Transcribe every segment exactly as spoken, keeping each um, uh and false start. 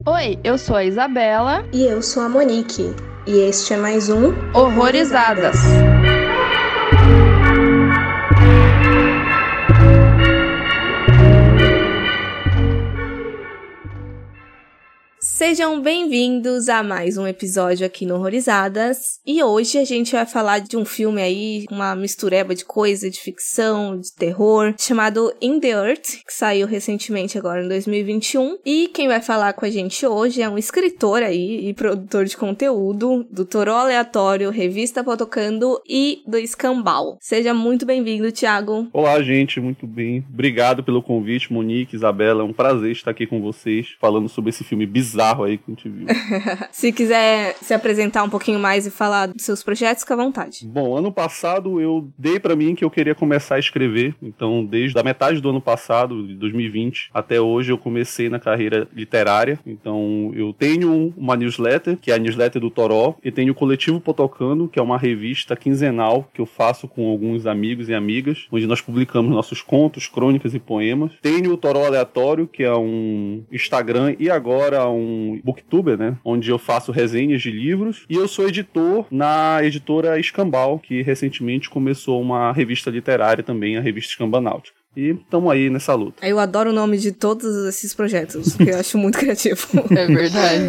Oi, eu sou a Isabela. E eu sou a Monique. E este é mais um Horrorizadas. Sejam bem-vindos a mais um episódio aqui no Horrorizadas. E hoje a gente vai falar de um filme aí, uma mistureba de coisa, de ficção, de terror, chamado In the Earth, que saiu recentemente agora em dois mil e vinte e um. E quem vai falar com a gente hoje é um escritor aí e produtor de conteúdo do Toró Aleatório, Revista Potocando e do Escambau. Seja muito bem-vindo, Thiago. Olá, gente, muito bem. Obrigado pelo convite, Monique, Isabela. É um prazer estar aqui com vocês, falando sobre esse filme bizarro aí que a gente viu. Se quiser se apresentar um pouquinho mais e falar dos seus projetos, fica à vontade. Bom, ano passado eu dei pra mim que eu queria começar a escrever, então desde a metade do ano passado, de dois mil e vinte, até hoje eu comecei na carreira literária. Então eu tenho uma newsletter, que é a newsletter do Toró, e tenho o Coletivo Potocando, que é uma revista quinzenal que eu faço com alguns amigos e amigas, onde nós publicamos nossos contos, crônicas e poemas. Tenho o Toró Aleatório, que é um Instagram e agora um booktuber, né, onde eu faço resenhas de livros, e eu sou editor na editora Escambau, que recentemente começou uma revista literária também, a revista Escambanáutica. E estamos aí nessa luta. Eu adoro o nome de todos esses projetos, que eu acho muito criativo. É verdade.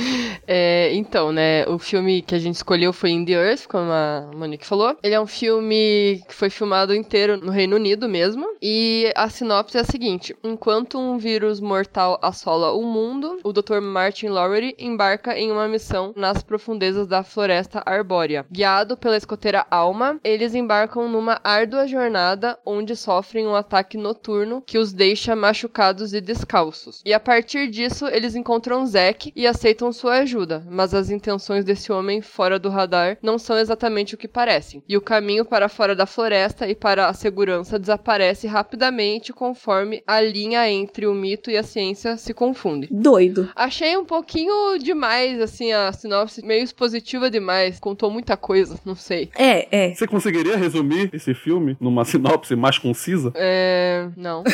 É, então, né, o filme que a gente escolheu foi In the Earth, como a Monique falou. Ele é um filme que foi filmado inteiro no Reino Unido mesmo. E a sinopse é a seguinte: enquanto um vírus mortal assola o mundo, o doutor Martin Lowery embarca em uma missão nas profundezas da floresta arbórea. Guiado pela escoteira Alma, eles embarcam numa árdua jornada onde sofrem um ataque ataque noturno que os deixa machucados e descalços. E a partir disso, eles encontram Zack e aceitam sua ajuda, mas as intenções desse homem fora do radar não são exatamente o que parecem. E o caminho para fora da floresta e para a segurança desaparece rapidamente conforme a linha entre o mito e a ciência se confunde. Doido. Achei um pouquinho demais, assim, a sinopse meio expositiva demais. Contou muita coisa, não sei. É, é. Você conseguiria resumir esse filme numa sinopse mais concisa? É... Não.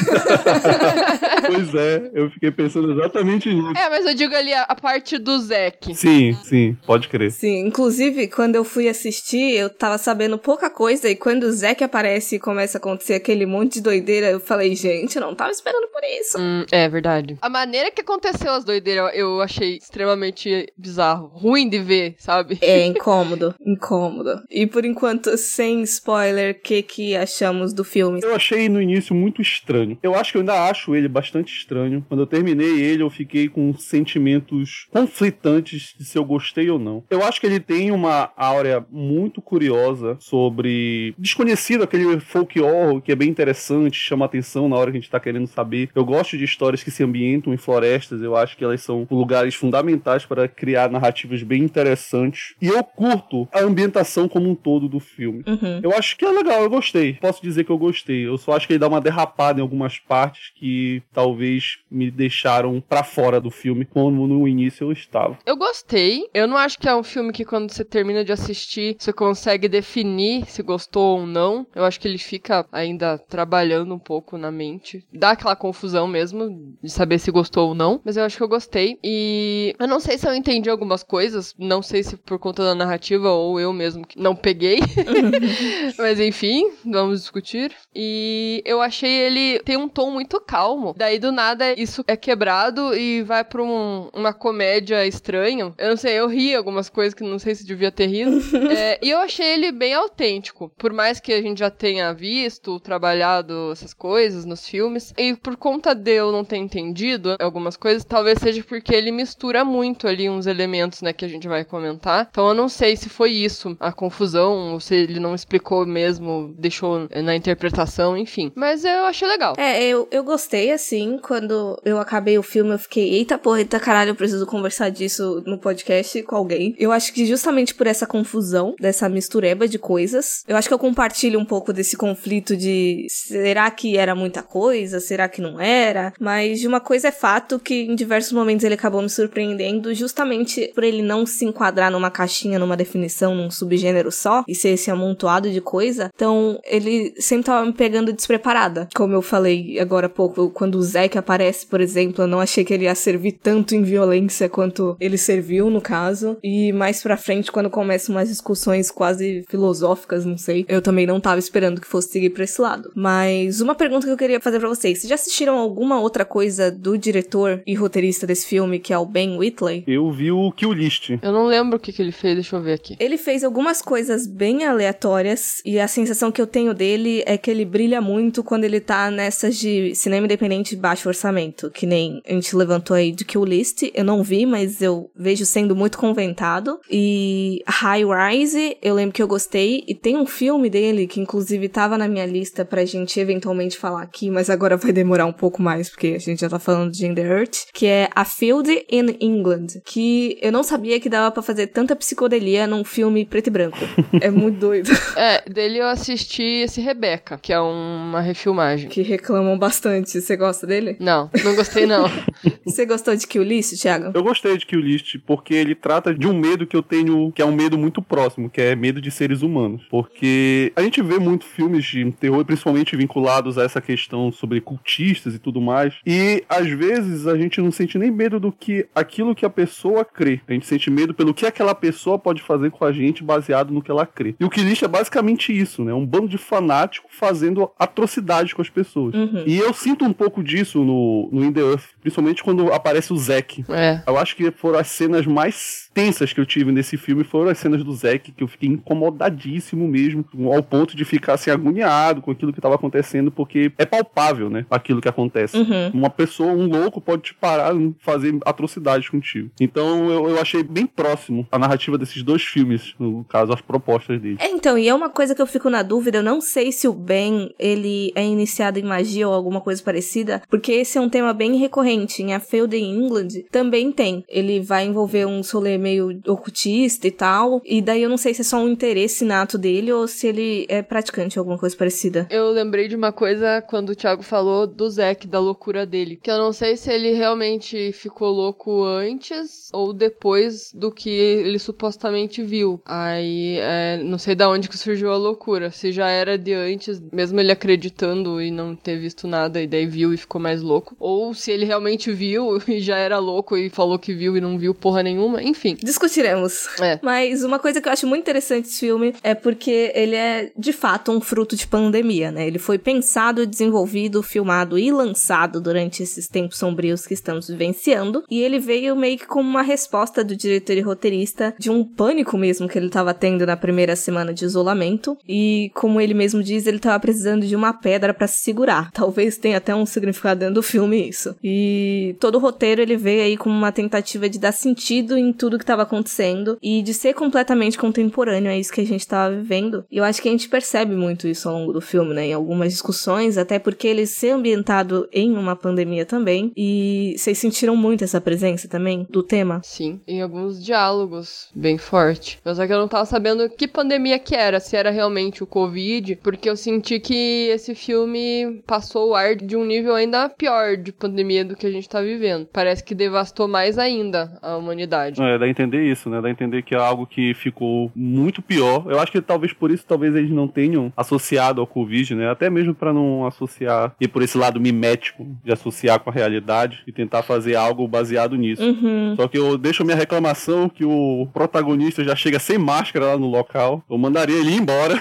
Pois é, eu fiquei pensando exatamente nisso. É, mas eu digo ali a, a parte do Zack. Sim, sim, pode crer. Sim, inclusive, quando eu fui assistir, eu tava sabendo pouca coisa, e quando o Zack aparece e começa a acontecer aquele monte de doideira, eu falei, gente, eu não tava esperando por isso. Hum, é verdade. A maneira que aconteceu as doideiras, eu achei extremamente bizarro. Ruim de ver, sabe? É, incômodo, incômodo. E por enquanto, sem spoiler, o que que achamos do filme? Eu achei no início muito estranho. Eu acho que eu ainda acho ele bastante estranho. Quando eu terminei ele, eu fiquei com sentimentos conflitantes de se eu gostei ou não. Eu acho que ele tem uma áurea muito curiosa sobre desconhecido, aquele folk horror que é bem interessante, chama atenção na hora que a gente tá querendo saber. Eu gosto de histórias que se ambientam em florestas, eu acho que elas são lugares fundamentais para criar narrativas bem interessantes. E eu curto a ambientação como um todo do filme. Uhum. Eu acho que é legal, eu gostei. Posso dizer que eu gostei. Eu só acho que ele dá uma derrapada em algumas partes que talvez me deixaram pra fora do filme, como no início eu estava. Eu gostei. Eu não acho que é um filme que quando você termina de assistir, você consegue definir se gostou ou não. Eu acho que ele fica ainda trabalhando um pouco na mente. Dá aquela confusão mesmo de saber se gostou ou não. Mas eu acho que eu gostei. E eu não sei se eu entendi algumas coisas. Não sei se por conta da narrativa ou eu mesmo que não peguei. Mas enfim, vamos discutir. E eu achei ele tem um tom muito calmo. Daí, do nada, isso é quebrado e vai pra um, uma comédia estranha. Eu não sei, eu ri algumas coisas que não sei se devia ter rido. É, e eu achei ele bem autêntico. Por mais que a gente já tenha visto, trabalhado essas coisas nos filmes. E por conta de eu não ter entendido algumas coisas, talvez seja porque ele mistura muito ali uns elementos, né, que a gente vai comentar. Então eu não sei se foi isso, a confusão, ou se ele não explicou mesmo, deixou na interpretação, enfim. Mas eu achei legal. É, eu, eu gostei, assim, quando eu acabei o filme, eu fiquei, eita porra, eita caralho, eu preciso conversar disso no podcast com alguém. Eu acho que justamente por essa confusão, dessa mistureba de coisas, eu acho que eu compartilho um pouco desse conflito de será que era muita coisa, será que não era? Mas de uma coisa é fato que em diversos momentos ele acabou me surpreendendo, justamente por ele não se enquadrar numa caixinha, numa definição, num subgênero só, e ser esse amontoado de coisa. Então, ele sempre tava me pegando despreparado. parada. Como eu falei agora há pouco, quando o Zack aparece, por exemplo, eu não achei que ele ia servir tanto em violência quanto ele serviu, no caso. E mais pra frente, quando começam umas discussões quase filosóficas, não sei, eu também não tava esperando que fosse seguir pra esse lado. Mas uma pergunta que eu queria fazer pra vocês. Vocês já assistiram alguma outra coisa do diretor e roteirista desse filme, que é o Ben Wheatley? Eu vi o Kill List. Eu não lembro o que, que ele fez, deixa eu ver aqui. Ele fez algumas coisas bem aleatórias, e a sensação que eu tenho dele é que ele brilha muito quando ele tá nessas de cinema independente de baixo orçamento, que nem a gente levantou aí de Kill List. Eu não vi, mas eu vejo sendo muito conventado. E High Rise, eu lembro que eu gostei, e tem um filme dele que inclusive tava na minha lista pra gente eventualmente falar aqui, mas agora vai demorar um pouco mais, porque a gente já tá falando de In the Earth, que é A Field in England, que eu não sabia que dava pra fazer tanta psicodelia num filme preto e branco. É muito doido. É, dele eu assisti esse Rebecca, que é uma refilmagem. Que reclamam bastante. Você gosta dele? Não, não gostei não. Você gostou de Kill List, Thiago? Eu gostei de Kill List porque ele trata de um medo que eu tenho, que é um medo muito próximo, que é medo de seres humanos. Porque a gente vê muito filmes de terror, principalmente vinculados a essa questão sobre cultistas e tudo mais, e às vezes a gente não sente nem medo do que aquilo que a pessoa crê. A gente sente medo pelo que aquela pessoa pode fazer com a gente baseado no que ela crê. E o Kill List é basicamente isso, né? Um bando de fanáticos fazendo atrocidades com as pessoas. Uhum. E eu sinto um pouco disso no, no In the Earth, principalmente quando aparece o Zack. É. Eu acho que foram as cenas mais tensas que eu tive nesse filme, foram as cenas do Zack, que eu fiquei incomodadíssimo mesmo, ao ponto de ficar assim, agoniado com aquilo que estava acontecendo, porque é palpável, né, aquilo que acontece. Uhum. Uma pessoa, um louco, pode te parar e fazer atrocidades contigo. Então eu, eu achei bem próximo a narrativa desses dois filmes, no caso, as propostas dele. É, então, e é uma coisa que eu fico na dúvida, eu não sei se o Ben, ele é iniciado em magia ou alguma coisa parecida, porque esse é um tema bem recorrente. Em A Field in England também tem. Ele vai envolver um rolê meio ocultista e tal, e daí eu não sei se é só um interesse nato dele ou se ele é praticante ou alguma coisa parecida. Eu lembrei de uma coisa quando o Thiago falou do Zack, da loucura dele, que eu não sei se ele realmente ficou louco antes ou depois do que ele supostamente viu. Aí, é, não sei de onde que surgiu a loucura, se já era de antes, mesmo ele acreditando e não ter visto nada, e daí viu e ficou mais louco, ou se ele realmente viu e já era louco e falou que viu e não viu porra nenhuma, enfim. Discutiremos. É. Mas uma coisa que eu acho muito interessante desse filme é porque ele é, de fato, um fruto de pandemia, né? Ele foi pensado, desenvolvido, filmado e lançado durante esses tempos sombrios que estamos vivenciando, e ele veio meio que como uma resposta do diretor e roteirista de um pânico mesmo que ele estava tendo na primeira semana de isolamento, e como ele mesmo diz, ele estava precisando de uma pedra para se segurar. Talvez tenha até um significado dentro do filme isso. E todo o roteiro ele veio aí como uma tentativa de dar sentido em tudo que estava acontecendo e de ser completamente contemporâneo a isso que a gente estava vivendo. E eu acho que a gente percebe muito isso ao longo do filme, né? Em algumas discussões, até porque ele ser ambientado em uma pandemia também. E vocês sentiram muito essa presença também do tema? Sim, em alguns diálogos bem forte. Mas só que eu não tava sabendo que pandemia que era, se era realmente o Covid, porque eu senti que esse filme passou o ar de um nível ainda pior de pandemia do que a gente tá vivendo. Parece que devastou mais ainda a humanidade. É, dá a entender isso, né? Dá a entender que é algo que ficou muito pior. Eu acho que talvez por isso, talvez eles não tenham associado ao Covid, né? Até mesmo pra não associar, e por esse lado mimético, de associar com a realidade e tentar fazer algo baseado nisso. Uhum. Só que eu deixo a minha reclamação que o protagonista já chega sem máscara lá no local. Eu mandaria ele ir embora.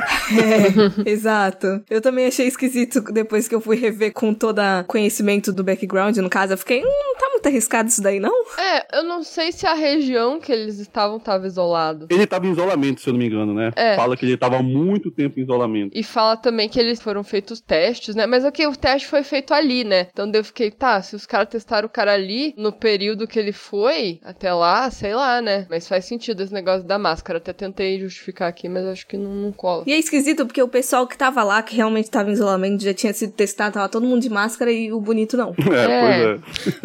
É, exato. Eu também achei esquisito depois que eu fui rever com todo conhecimento do background, no caso, eu fiquei, hum, tá muito arriscado isso daí, não? É, eu não sei se a região que eles estavam tava isolado. Ele tava em isolamento, se eu não me engano, né? É. Fala que ele tava há muito tempo em isolamento. E fala também que eles foram feitos testes, né? Mas ok, o teste foi feito ali, né? Então eu fiquei, tá, se os caras testaram o cara ali, no período que ele foi, até lá, sei lá, né? Mas faz sentido esse negócio da máscara. Até tentei justificar aqui, mas acho que não, não cola. E é esquisito porque o pessoal que tava lá, que realmente tava em isolamento, já tinha sido testado, tava todo mundo de máscara e o bonito não. É, É. pois é. Fuck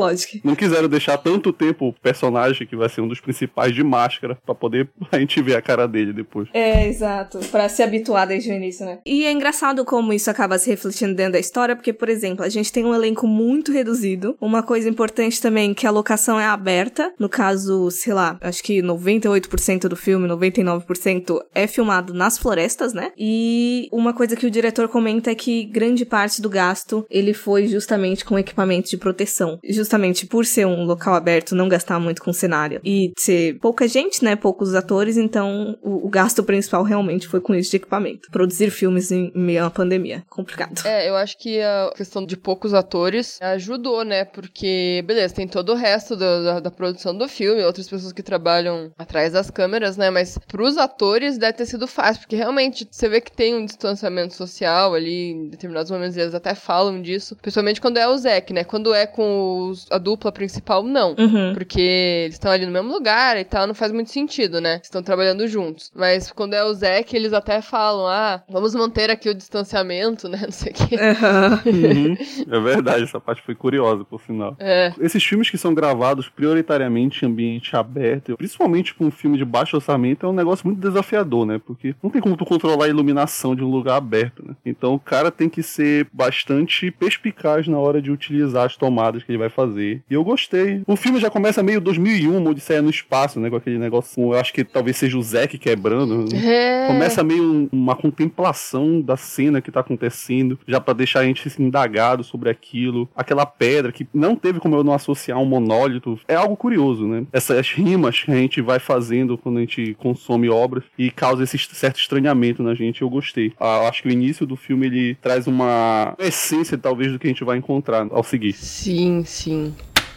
Logic. Não quiseram deixar tanto tempo o personagem, que vai ser um dos principais, de máscara, pra poder a gente ver a cara dele depois. É, exato. Pra se habituar desde o início, né? E é engraçado como isso acaba se refletindo dentro da história, porque, por exemplo, a gente tem um elenco muito reduzido. Uma coisa importante também, que a locação é aberta. No caso, sei lá, acho que noventa e oito por cento do filme, noventa e nove por cento é filmado nas florestas, né? E uma coisa que o diretor comenta é que grande parte do gasto, ele foi justamente com equipamentos de proteção. Justamente por ser um local aberto, não gastar muito com cenário. E ser pouca gente, né? Poucos atores, então o, o gasto principal realmente foi com isso de equipamento. Produzir filmes em meio a uma pandemia. Complicado. É, eu acho que a questão de poucos atores ajudou, né? Porque, beleza, tem todo o resto do, da, da produção do filme, outras pessoas que trabalham atrás das câmeras, né? Mas pros atores deve ter sido fácil, porque realmente você vê que tem um distanciamento social ali, em determinados momentos eles até falam disso, principalmente quando é o Zack, né? Quando é com os, a dupla principal, não. Uhum. Porque eles estão ali no mesmo lugar e tal, não faz muito sentido, né? Estão trabalhando juntos. Mas quando é o Zack, eles até falam, ah, vamos manter aqui o distanciamento, né? Não sei o quê. Uhum. É verdade, essa parte foi curiosa, por sinal. É. Esses filmes que são gravados prioritariamente em ambiente aberto, principalmente com um filme de baixo orçamento, é um negócio muito desafiador, né? Porque não tem como tu controlar a iluminação de um lugar aberto, né? Então o cara tem que ser bastante perspicaz na hora de utilizar as tomadas que ele vai fazer. E eu gostei. O filme já começa meio dois mil e um, uma Odisseia no espaço, né? Com aquele negócio, eu acho que talvez seja o Zack quebrando. Né? É. Começa meio um, uma contemplação da cena que tá acontecendo, já pra deixar a gente assim, indagado sobre aquilo. Aquela pedra que não teve como eu não associar um monólito. É algo curioso, né? Essas rimas que a gente vai fazendo quando a gente consome obras e causa esse certo estranhamento na gente. Eu gostei. Ah, eu acho que o início do filme ele traz uma essência, talvez, do que a gente vai encontrar ao seguir. Sim, sim.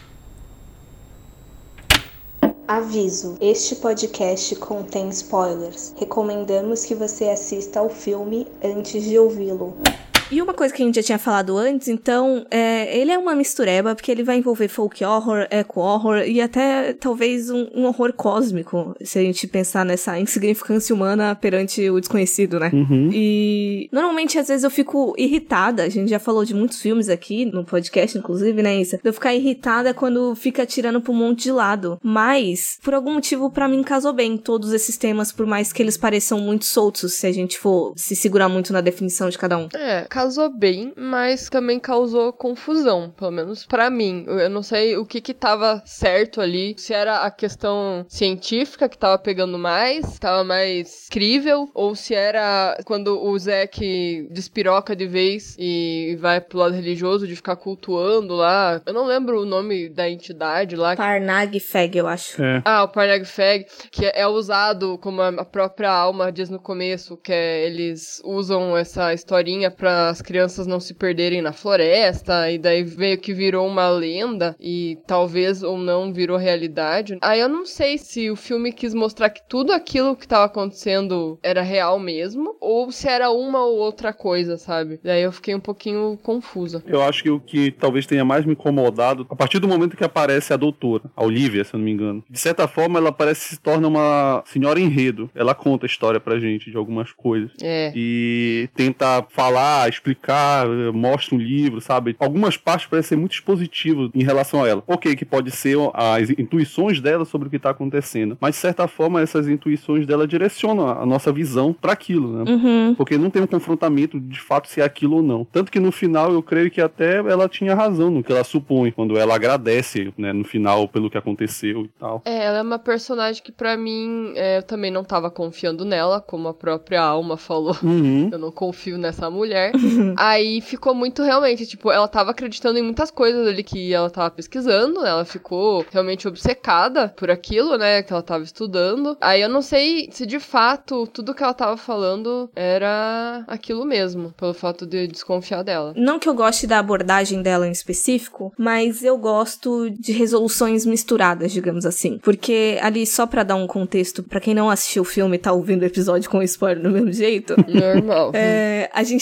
Aviso: este podcast contém spoilers. Recomendamos que você assista ao filme antes de ouvi-lo. E uma coisa que a gente já tinha falado antes, então, é, ele é uma mistureba, porque ele vai envolver folk horror, eco horror e até talvez um, um horror cósmico, se a gente pensar nessa insignificância humana perante o desconhecido, né? Uhum. E normalmente, às vezes, eu fico irritada, a gente já falou de muitos filmes aqui, no podcast, inclusive, né, Issa? Eu ficar irritada quando fica tirando pra um monte de lado. Mas, por algum motivo, pra mim, casou bem todos esses temas, por mais que eles pareçam muito soltos, se a gente for se segurar muito na definição de cada um. É, casou bem, mas também causou confusão, pelo menos pra mim. Eu não sei o que que tava certo ali, se era a questão científica que tava pegando mais, tava mais crível, ou se era quando o Zack despiroca de vez e vai pro lado religioso de ficar cultuando lá. Eu não lembro o nome da entidade lá. Parnag Feg, eu acho. É. Ah, o Parnag Feg, que é usado como a própria alma diz no começo, que é, eles usam essa historinha pra as crianças não se perderem na floresta, e daí veio que virou uma lenda, e talvez ou não virou realidade. Aí eu não sei se o filme quis mostrar que tudo aquilo que tava acontecendo era real mesmo, ou se era uma ou outra coisa, sabe? Daí eu fiquei um pouquinho confusa. Eu acho que o que talvez tenha mais me incomodado, a partir do momento que aparece a doutora, a Olivia, se eu não me engano. De certa forma, ela parece que se torna uma senhora enredo. Ela conta a história pra gente de algumas coisas. É. E tenta falar, explicar, mostra um livro, sabe? Algumas partes parecem ser muito expositivas em relação a ela. Ok, que pode ser as intuições dela sobre o que tá acontecendo, mas de certa forma essas intuições dela direcionam a nossa visão pra aquilo, né? Uhum. Porque não tem um confrontamento de fato se é aquilo ou não. Tanto que no final eu creio que até ela tinha razão no que ela supõe, quando ela agradece, né, no final pelo que aconteceu e tal. É, ela é uma personagem que pra mim, é, eu também não tava confiando nela, como a própria Alma falou. Uhum. Eu não confio nessa mulher. Aí ficou muito realmente, tipo, ela tava acreditando em muitas coisas ali que ela tava pesquisando, né? Ela ficou realmente obcecada por aquilo, né, que ela tava estudando. Aí eu não sei se de fato tudo que ela tava falando era aquilo mesmo, pelo fato de desconfiar dela. Não que eu goste da abordagem dela em específico, mas eu gosto de resoluções misturadas, digamos assim. Porque ali, só pra dar um contexto, pra quem não assistiu o filme e tá ouvindo o episódio com spoiler do mesmo jeito... Normal. É, a gente tem duas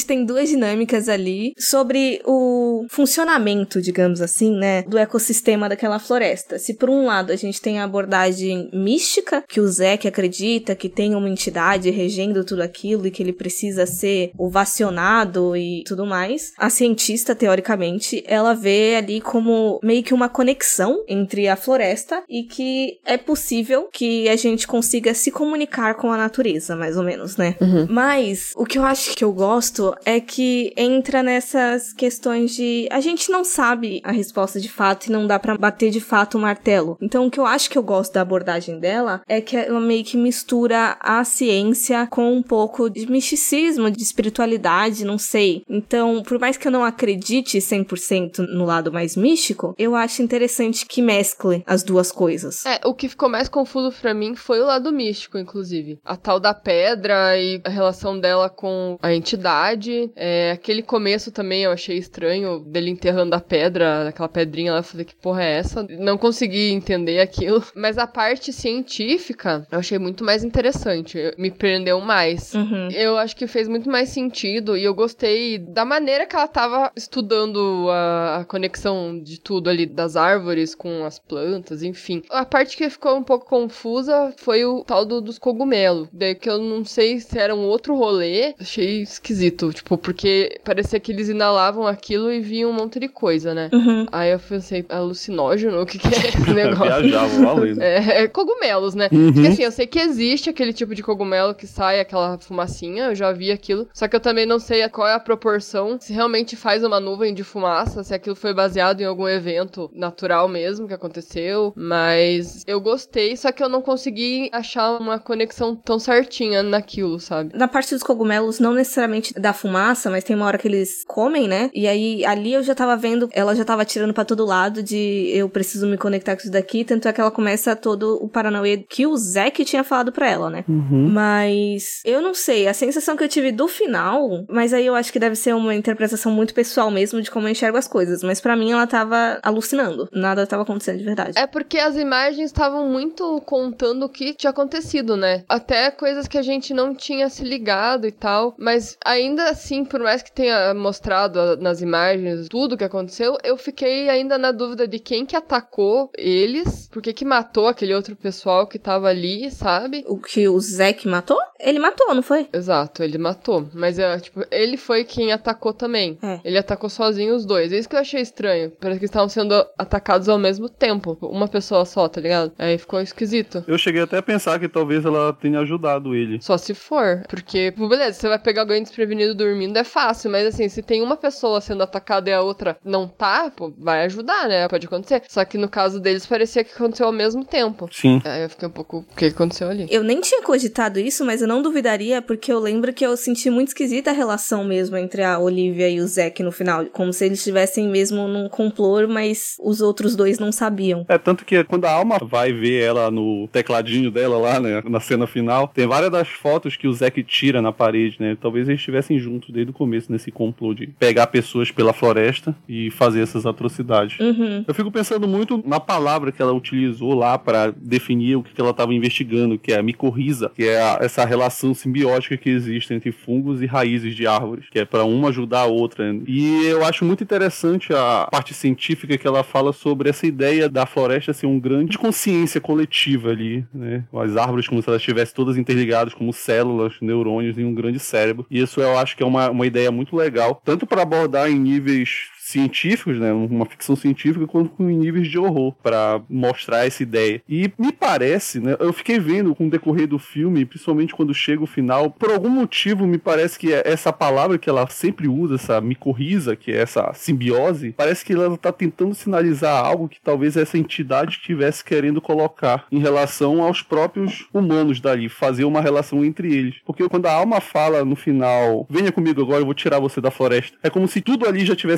dinâmicas ali sobre o funcionamento, digamos assim, né, do ecossistema daquela floresta. Se por um lado a gente tem a abordagem mística, que o Zack acredita que tem uma entidade regendo tudo aquilo e que ele precisa ser ovacionado e tudo mais, a cientista, teoricamente, ela vê ali como meio que uma conexão entre a floresta e que é possível que a gente consiga se comunicar com a natureza, mais ou menos, né? Uhum. Mas o que eu acho que eu gosto é que entra nessas questões de a gente não sabe a resposta de fato e não dá pra bater de fato o martelo. Então o que eu acho que eu gosto da abordagem dela é que ela meio que mistura a ciência com um pouco de misticismo, de espiritualidade, não sei. Então, por mais que eu não acredite cem por cento no lado mais místico, eu acho interessante que mescle as duas coisas. É, o que ficou mais confuso pra mim foi o lado místico, inclusive. A tal da pedra e a relação dela com a entidade. É, aquele começo também eu achei estranho, dele enterrando a pedra, aquela pedrinha lá, eu falei, que porra é essa? Não consegui entender aquilo. Mas a parte científica eu achei muito mais interessante, me prendeu mais. Uhum. Eu acho que fez muito mais sentido e eu gostei da maneira que ela tava estudando a, a conexão de tudo ali, das árvores com as plantas, enfim. A parte que ficou um pouco confusa foi o tal do, dos cogumelos. Daí que eu não sei se era um outro rolê, achei esquisito, tipo, porque parecia que eles inalavam aquilo e viam um monte de coisa, né? Uhum. Aí eu pensei, alucinógeno? O que que é esse negócio? Viajavam lá além. É, é cogumelos, né? Uhum. Porque assim, eu sei que existe aquele tipo de cogumelo que sai aquela fumacinha, eu já vi aquilo, só que eu também não sei qual é a proporção, se realmente faz uma nuvem de fumaça, se aquilo foi baseado em algum evento natural mesmo que aconteceu, mas eu gostei, só que eu não consegui achar uma conexão tão certinha naquilo, sabe? Na parte dos cogumelos, não necessariamente da fumaça, mas tem uma hora que eles comem, né? E aí, ali eu já tava vendo, ela já tava tirando pra todo lado de eu preciso me conectar com isso daqui, tanto é que ela começa todo o paranauê que o Zack tinha falado pra ela, né? Uhum. Mas eu não sei, a sensação que eu tive do final, mas aí eu acho que deve ser uma interpretação muito pessoal mesmo de como eu enxergo as coisas, mas pra mim ela tava alucinando, nada tava acontecendo de verdade. É porque as imagens estavam muito contando o que tinha acontecido, né? Até coisas que a gente não tinha se ligado e tal, mas ainda assim, por mais que tenha mostrado nas imagens tudo que aconteceu, eu fiquei ainda na dúvida de quem que atacou eles, porque que matou aquele outro pessoal que tava ali, sabe? O que o Zack matou? Ele matou, não foi? Exato, ele matou, mas é, tipo, ele foi quem atacou também. É. Ele atacou sozinho os dois, é isso que eu achei estranho, parece que estavam sendo atacados ao mesmo tempo, uma pessoa só, tá ligado? Aí ficou esquisito. Eu cheguei até a pensar que talvez ela tenha ajudado ele. Só se for, porque, pô, beleza, você vai pegar alguém desprevenido dormindo, é fácil, mas assim, se tem uma pessoa sendo atacada e a outra não tá, pô, vai ajudar, né? Pode acontecer. Só que no caso deles parecia que aconteceu ao mesmo tempo. Sim. Aí eu fiquei um pouco, o que aconteceu ali? Eu nem tinha cogitado isso, mas eu não duvidaria, porque eu lembro que eu senti muito esquisita a relação mesmo entre a Olivia e o Zack no final, como se eles estivessem mesmo num complô, mas os outros dois não sabiam. É, tanto que quando a Alma vai ver ela no tecladinho dela lá, né, na cena final, tem várias das fotos que o Zack tira na parede, né, talvez eles estivessem juntos desde o começo nesse complô de pegar pessoas pela floresta e fazer essas atrocidades. Uhum. Eu fico pensando muito na palavra que ela utilizou lá pra definir o que ela estava investigando, que é a micorriza, que é a, essa relação simbiótica que existe entre fungos e raízes de árvores, que é pra uma ajudar a outra. E eu acho muito interessante a parte científica que ela fala sobre essa ideia da floresta ser um grande consciência coletiva ali, né? As árvores como se elas estivessem todas interligadas como células, neurônios em um grande cérebro. E isso eu acho que é uma, uma ideia muito legal, tanto para abordar em níveis científicos, né, uma ficção científica, quanto em níveis de horror, para mostrar essa ideia. E me parece, né, eu fiquei vendo com o decorrer do filme, principalmente quando chega o final, por algum motivo me parece que essa palavra que ela sempre usa, essa micorriza, que é essa simbiose, parece que ela tá tentando sinalizar algo que talvez essa entidade estivesse querendo colocar em relação aos próprios humanos dali, fazer uma relação entre eles. Porque quando a alma fala no final, venha comigo agora, eu vou tirar você da floresta, é como se tudo ali já tivesse sido resolvido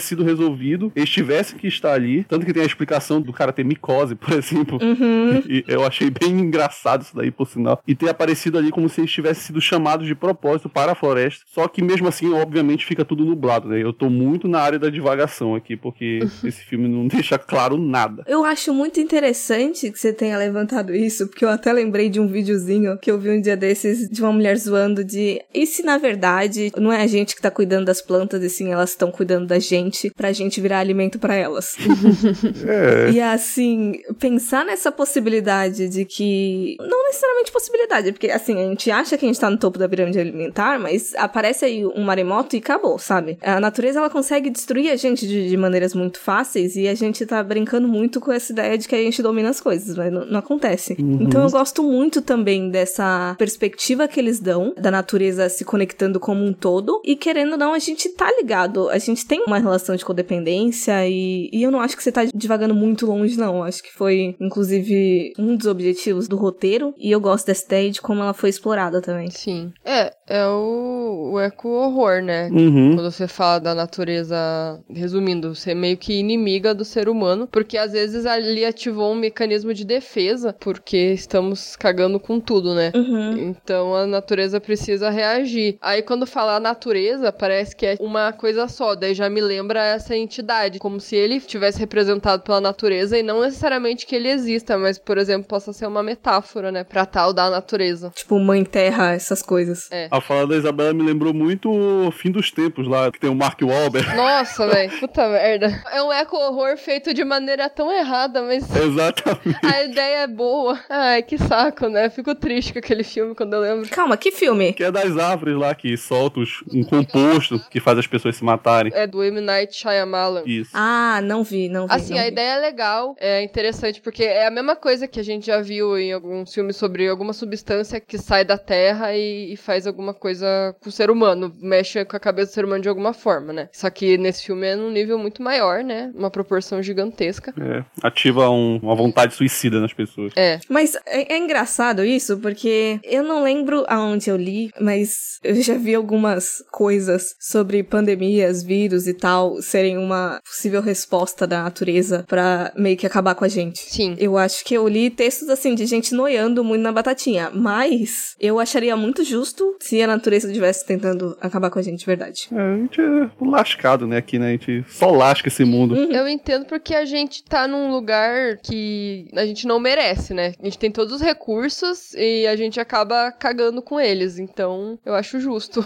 resolvido, eles tivessem que estar ali, tanto que tem a explicação do cara ter micose, por exemplo. Uhum. E eu achei bem engraçado isso daí, por sinal. E ter aparecido ali como se eles tivessem sido chamados de propósito para a floresta. Só que mesmo assim, obviamente, fica tudo nublado, né? Eu tô muito na área da divagação aqui, porque esse filme não deixa claro nada. Eu acho muito interessante que você tenha levantado isso, porque eu até lembrei de um videozinho que eu vi um dia desses de uma mulher zoando de e se na verdade não é a gente que tá cuidando das plantas e sim elas estão cuidando da gente pra gente virar alimento pra elas. É. E assim, pensar nessa possibilidade de que, não necessariamente possibilidade, porque assim, a gente acha que a gente tá no topo da pirâmide alimentar, mas aparece aí um maremoto e acabou, sabe? A natureza, ela consegue destruir a gente de, de maneiras muito fáceis e a gente tá brincando muito com essa ideia de que a gente domina as coisas, mas não, não acontece. Uhum. Então eu gosto muito também dessa perspectiva que eles dão, da natureza se conectando como um todo, e querendo ou não, a gente tá ligado, a gente tem uma relação de codependência e, e eu não acho que você tá divagando muito longe, não. Acho que foi, inclusive, um dos objetivos do roteiro, e eu gosto dessa ideia de como ela foi explorada também. Sim. É, é o, o eco-horror, né? Uhum. Quando você fala da natureza, resumindo, ser meio que inimiga do ser humano, porque às vezes ali ativou um mecanismo de defesa, porque estamos cagando com tudo, né? Uhum. Então a natureza precisa reagir. Aí quando fala natureza, parece que é uma coisa só, daí já me lembra essa entidade, como se ele tivesse representado pela natureza e não necessariamente que ele exista, mas, por exemplo, possa ser uma metáfora, né, pra tal da natureza. Tipo, mãe terra, essas coisas. É. A fala da Isabela me lembrou muito o Fim dos Tempos lá, que tem o Mark Wahlberg. Nossa, velho, puta merda. É um eco-horror feito de maneira tão errada, mas Exatamente. a ideia é boa. Ai, que saco, né? Fico triste com aquele filme quando eu lembro. Calma, que filme? Que é das árvores lá que solta os- um composto que faz as pessoas se matarem. É do M. Night Shyamalan. Isso. Ah, não vi, não vi. Assim, não a vi. ideia é legal, é interessante, porque é a mesma coisa que a gente já viu em alguns filmes sobre alguma substância que sai da terra e, e faz alguma coisa com o ser humano, mexe com a cabeça do ser humano de alguma forma, né? Só que nesse filme é num nível muito maior, né? Uma proporção gigantesca. É, ativa um- uma vontade suicida nas pessoas. É. Mas é, é engraçado isso, porque eu não lembro aonde eu li, mas eu já vi algumas coisas sobre pandemias, vírus e tal, serem uma possível resposta da natureza pra meio que acabar com a gente. Sim. Eu acho que eu li textos, assim, de gente noiando muito na batatinha, mas eu acharia muito justo se a natureza estivesse tentando acabar com a gente, de verdade. É, a gente é lascado, né, aqui, né? A gente só lasca esse mundo. Eu entendo porque a gente tá num lugar que a gente não merece, né? A gente tem todos os recursos e a gente acaba cagando com eles, então eu acho justo.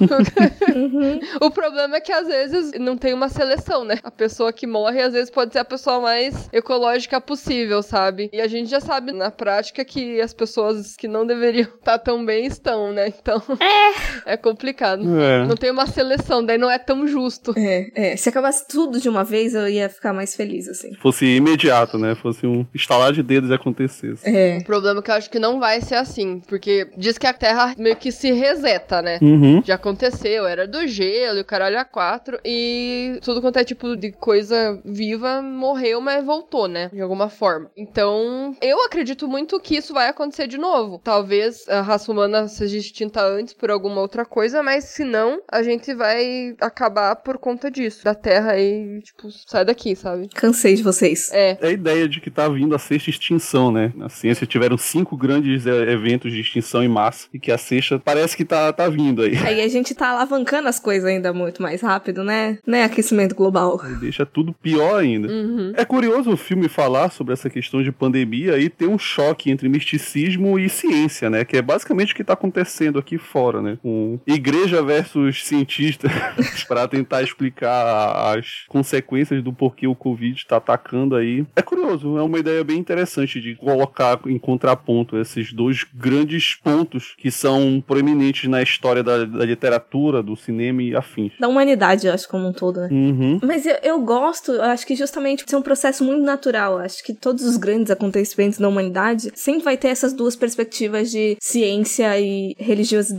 Uhum. O problema é que às vezes não tem uma seleção, né? A pessoa que morre às vezes pode ser a pessoa mais ecológica possível, sabe? E a gente já sabe na prática que as pessoas que não deveriam estar tão bem estão, né? Então é, é complicado. É. Não tem uma seleção, daí não é tão justo. É, é. Se acabasse tudo de uma vez, eu ia ficar mais feliz, assim. Fosse imediato, né? Fosse um estalar de dedos e acontecesse. É. O problema é que eu acho que não vai ser assim, porque diz que a Terra meio que se reseta, né? Uhum. Já aconteceu, era do gelo e o caralho a quatro, e tudo quanto é tipo de coisa viva morreu, mas voltou, né? De alguma forma. Então, eu acredito muito que isso vai acontecer de novo. Talvez a raça humana seja extinta antes por alguma outra coisa, mas se não, a gente vai acabar por conta disso. Da Terra aí, tipo, sai daqui, sabe? Cansei de vocês. É. É a ideia de que tá vindo a sexta extinção, né? Na ciência tiveram cinco grandes é, eventos de extinção em massa e que a sexta parece que tá, tá vindo aí. Aí a gente tá alavancando as coisas ainda muito mais rápido, né? Né, aquecimento global. Aí deixa tudo pior ainda. Uhum. É curioso o filme falar sobre essa questão de pandemia e ter um choque entre misticismo e ciência, né? Que é basicamente o que tá acontecendo aqui fora, né? Com igreja versus cientista para tentar explicar as consequências do porquê o Covid tá atacando aí. É curioso, é uma ideia bem interessante de colocar em contraponto esses dois grandes pontos que são proeminentes na história da, da literatura, do cinema e afins. Da humanidade, eu acho, como um todo, né? Uhum. Mas eu, eu gosto, eu acho que justamente por ser um processo muito natural. Eu acho que todos os grandes acontecimentos da humanidade sempre vai ter essas duas perspectivas de ciência e religiosidade.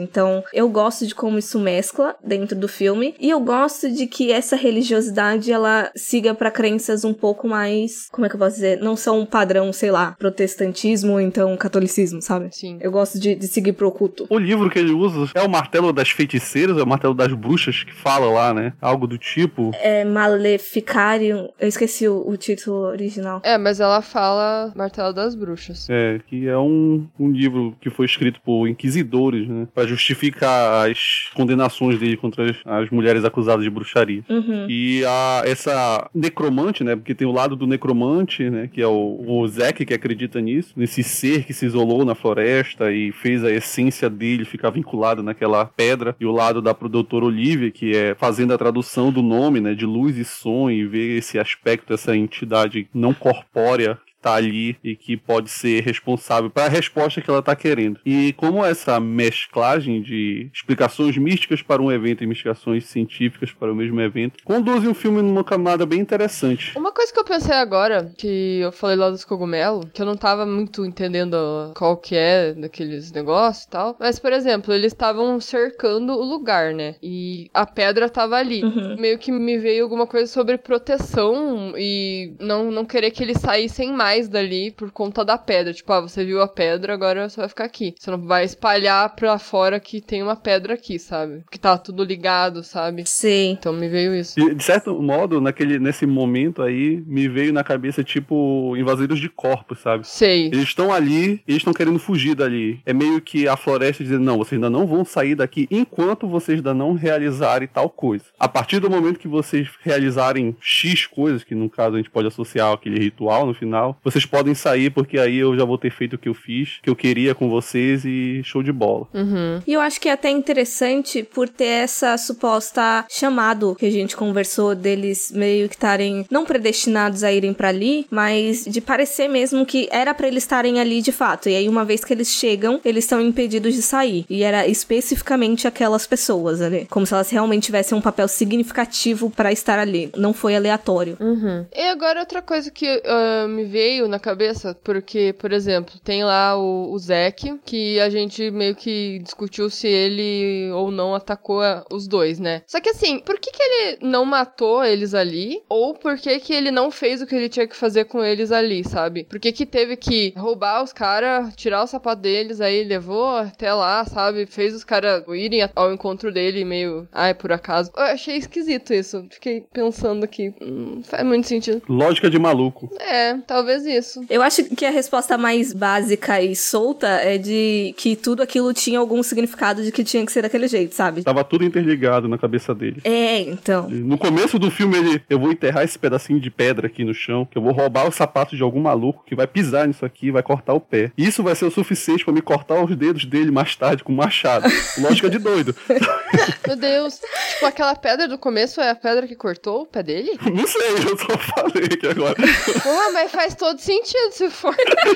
Então, eu gosto de como isso mescla dentro do filme, e eu gosto de que essa religiosidade, ela siga pra crenças um pouco mais, como é que eu posso dizer? Não são um padrão, sei lá, protestantismo ou então catolicismo, sabe? Sim. Eu gosto de, de seguir pro oculto. O livro que ele usa é o Martelo das Feiticeiras, é o Martelo das Bruxas, que fala lá, né? Algo do tipo. É Maleficarium, eu esqueci o, o título original. É, mas ela fala Martelo das Bruxas. É, que é um, um livro que foi escrito por inquisidores, né? Pra justificar as condenações dele contra as, as mulheres acusadas de bruxaria. Uhum. E a, essa necromante, né? Porque tem o lado do necromante, né? Que é o, o Zack que acredita nisso. Nesse ser que se isolou na floresta e fez a essência dele ficar vinculada naquela pedra. E o lado da doutora Olivia, que é fazendo a tradução do nome, né? De luz e som, e ver esse aspecto, essa entidade não corpórea tá ali e que pode ser responsável para a resposta que ela tá querendo. E como essa mesclagem de explicações místicas para um evento e explicações científicas para o mesmo evento, conduzem o filme numa camada bem interessante. Uma coisa que eu pensei agora, que eu falei lá dos cogumelos, que eu não tava muito entendendo qual que é daqueles negócios e tal, mas, por exemplo, eles estavam cercando o lugar, né? E a pedra tava ali. Uhum. Meio que me veio alguma coisa sobre proteção e não, não querer que eles saíssem mais dali por conta da pedra. Tipo, ah, você viu a pedra, agora você vai ficar aqui. Você não vai espalhar pra fora que tem uma pedra aqui, sabe? Que tá tudo ligado, sabe? Sim. Então me veio isso. De, de certo modo, naquele, nesse momento aí, me veio na cabeça, tipo, invasores de corpos, sabe? Sei. Eles estão ali, eles estão querendo fugir dali. É meio que a floresta dizendo, não, vocês ainda não vão sair daqui enquanto vocês ainda não realizarem tal coisa. A partir do momento que vocês realizarem X coisas, que no caso a gente pode associar aquele ritual no final, vocês podem sair, porque aí eu já vou ter feito o que eu fiz, que eu queria com vocês, e show de bola. Uhum. E eu acho que é até interessante por ter essa suposta chamado que a gente conversou deles meio que estarem não predestinados a irem pra ali, mas de parecer mesmo que era pra eles estarem ali de fato. E aí uma vez que eles chegam, eles estão impedidos de sair. E era especificamente aquelas pessoas ali. Como se elas realmente tivessem um papel significativo pra estar ali. Não foi aleatório. Uhum. E agora outra coisa que uh, me veio na cabeça, porque, por exemplo, tem lá o, o Zack, que a gente meio que discutiu se ele ou não atacou a, os dois, né? Só que assim, por que que ele não matou eles ali? Ou por que que ele não fez o que ele tinha que fazer com eles ali, sabe? Por que que teve que roubar os caras, tirar o sapato deles, aí levou até lá, sabe? Fez os caras irem ao encontro dele meio, ai, por acaso. Eu achei esquisito isso. Fiquei pensando aqui, hum, faz muito sentido. Lógica de maluco. É, talvez isso. Eu acho que a resposta mais básica e solta é de que tudo aquilo tinha algum significado de que tinha que ser daquele jeito, sabe? Tava tudo interligado na cabeça dele. É, então. No começo do filme, ele, eu vou enterrar esse pedacinho de pedra aqui no chão, que eu vou roubar o sapato de algum maluco que vai pisar nisso aqui e vai cortar o pé. Isso vai ser o suficiente pra me cortar os dedos dele mais tarde com um machado. Lógica de doido. Meu Deus. Tipo, aquela pedra do começo é a pedra que cortou o pé dele? Não sei, eu só falei aqui agora. Pô, mas faz todo sentido se for.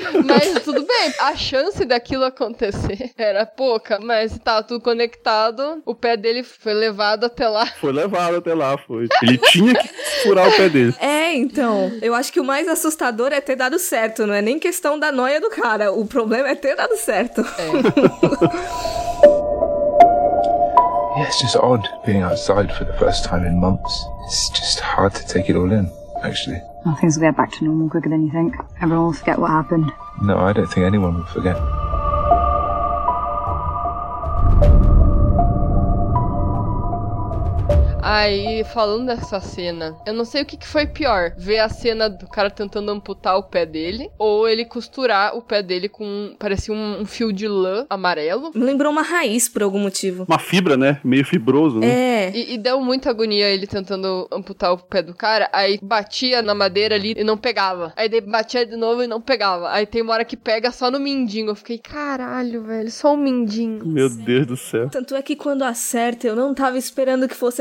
Mas tudo bem, a chance daquilo acontecer era pouca, mas tá tudo conectado, o pé dele foi levado até lá. Foi levado até lá, foi. Ele tinha que furar o pé dele. É, então. Eu acho que o mais assustador é ter dado certo, não é nem questão da noia do cara. O problema é ter dado certo. É. Yeah, it's just odd being outside for the first time in months. It's just hard to take it all in, actually. Well, things will get back to normal quicker than you think. Everyone will forget what happened. No, I don't think anyone will forget. Aí, falando dessa cena, eu não sei o que, que foi pior. Ver a cena do cara tentando amputar o pé dele, ou ele costurar o pé dele com, parecia um, um fio de lã amarelo. Me lembrou uma raiz por algum motivo. Uma fibra, né? Meio fibroso, né? É. E, e deu muita agonia ele tentando amputar o pé do cara, aí batia na madeira ali e não pegava. Aí batia de novo e não pegava. Aí tem uma hora que pega só no mindinho. Eu fiquei, caralho, velho, só um mindinho. Meu Deus do céu. Tanto é que quando acerta, eu não tava esperando que fosse acertar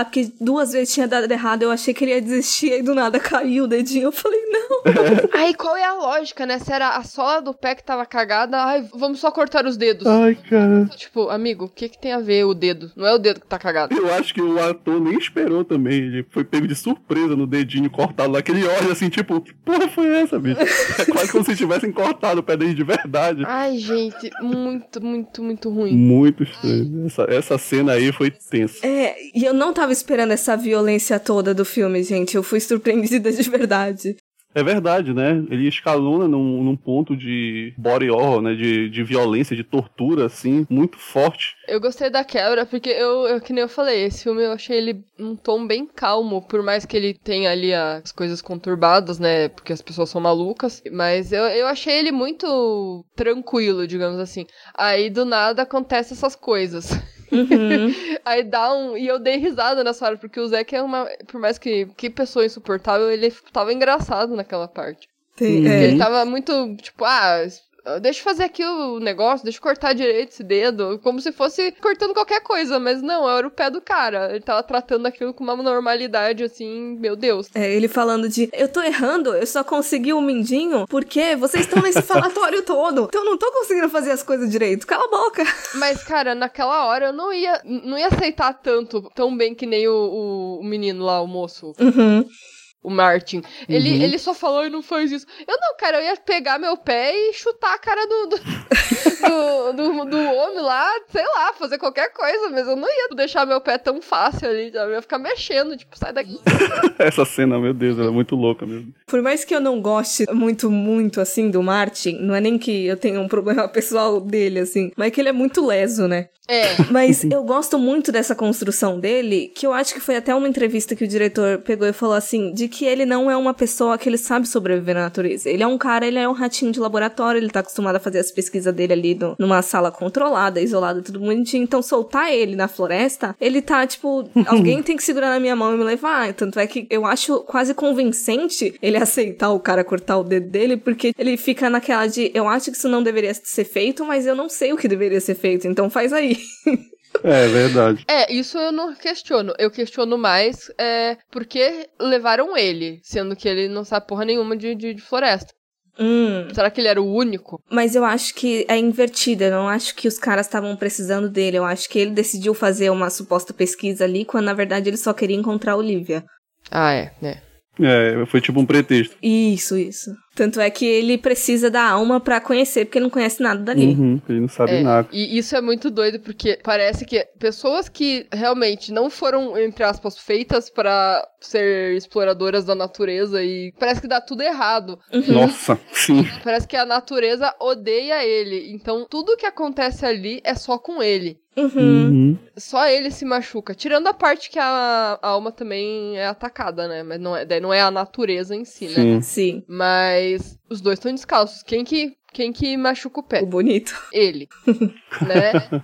lá, porque duas vezes tinha dado errado, eu achei que ele ia desistir, aí do nada caiu o dedinho, eu falei, não. Aí qual é a lógica, né? Se era a sola do pé que tava cagada, ai, vamos só cortar os dedos. Ai, cara. Tipo, amigo, o que que tem a ver o dedo? Não é o dedo que tá cagado. Eu acho que o ator nem esperou também. Ele foi pego de surpresa no dedinho cortado lá. Que ele olha assim, tipo, que porra foi essa, bicho? É quase como se tivessem cortado o pé dele de verdade. Ai, gente, muito, muito, muito ruim. Muito estranho. Essa, essa cena aí foi tensa. É, e eu não tava esperando essa violência toda do filme, gente. Eu fui surpreendida de verdade. É verdade, né? Ele escalona num, num ponto de body horror, né? De, de violência, de tortura, assim, muito forte. Eu gostei da quebra, porque eu, eu, que nem eu falei, esse filme eu achei ele um tom bem calmo, por mais que ele tenha ali as coisas conturbadas, né? Porque as pessoas são malucas. Mas eu, eu achei ele muito tranquilo, digamos assim. Aí, do nada, acontecem essas coisas. Uhum. Aí dá um... E eu dei risada nessa hora, porque o Zack é uma... Por mais que... Que pessoa insuportável, ele tava engraçado naquela parte. Tem, Uhum. é. Ele tava muito, tipo, ah... Deixa eu fazer aqui o negócio, deixa eu cortar direito esse dedo, como se fosse cortando qualquer coisa, mas não, era o pé do cara. Ele tava tratando aquilo com uma normalidade, assim, meu Deus. É, ele falando de, eu tô errando, eu só consegui o mindinho porque vocês estão nesse falatório todo, então eu não tô conseguindo fazer as coisas direito, cala a boca. Mas, cara, naquela hora eu não ia, não ia aceitar tanto, tão bem que nem o, o, o menino lá, o moço. Uhum. O Martin. Ele, Uhum. ele só falou e não faz isso. Eu não, cara, eu ia pegar meu pé e chutar a cara do do, do, do, do homem lá, sei lá, fazer qualquer coisa, mas eu não ia deixar meu pé tão fácil ali, eu ia ficar mexendo, tipo, sai daqui. Essa cena, meu Deus, ela é muito louca mesmo. Por mais que eu não goste muito, muito, assim, do Martin, não é nem que eu tenha um problema pessoal dele, assim, mas é que ele é muito leso, né? É. Mas eu gosto muito dessa construção dele, que eu acho que foi até uma entrevista que o diretor pegou e falou assim, de que ele não é uma pessoa que ele sabe sobreviver na natureza. Ele é um cara, ele é um ratinho de laboratório, ele tá acostumado a fazer as pesquisas dele ali no, numa sala controlada, isolada, tudo bonitinho. Então soltar ele na floresta, ele tá tipo, alguém tem que segurar na minha mão e me levar. Tanto é que eu acho quase convincente ele aceitar o cara cortar o dedo dele, porque ele fica naquela de, eu acho que isso não deveria ser feito, mas eu não sei o que deveria ser feito, então faz aí. É, verdade. É, isso eu não questiono. Eu questiono mais é, por que levaram ele, sendo que ele não sabe porra nenhuma de, de, de floresta. Hum. Será que ele era o único? Mas eu acho que é invertido, eu não acho que os caras estavam precisando dele, eu acho que ele decidiu fazer uma suposta pesquisa ali, quando na verdade ele só queria encontrar a Olivia. Ah, é, né? É, foi tipo um pretexto. Isso, isso. Tanto é que ele precisa da alma pra conhecer, porque ele não conhece nada dali. Uhum, ele não sabe É, nada. e isso é muito doido, porque parece que pessoas que realmente não foram, entre aspas, feitas pra ser exploradoras da natureza e parece que dá tudo errado. Uhum. Nossa, sim. Parece que a natureza odeia ele, então tudo que acontece ali é só com ele. Uhum. Uhum. Só ele se machuca, tirando a parte que a, a alma também é atacada, né? Mas não é, daí não é a natureza em si, né? Sim. Sim, Mas os dois estão descalços. Quem que, quem que machuca o pé? o bonito. Ele, né?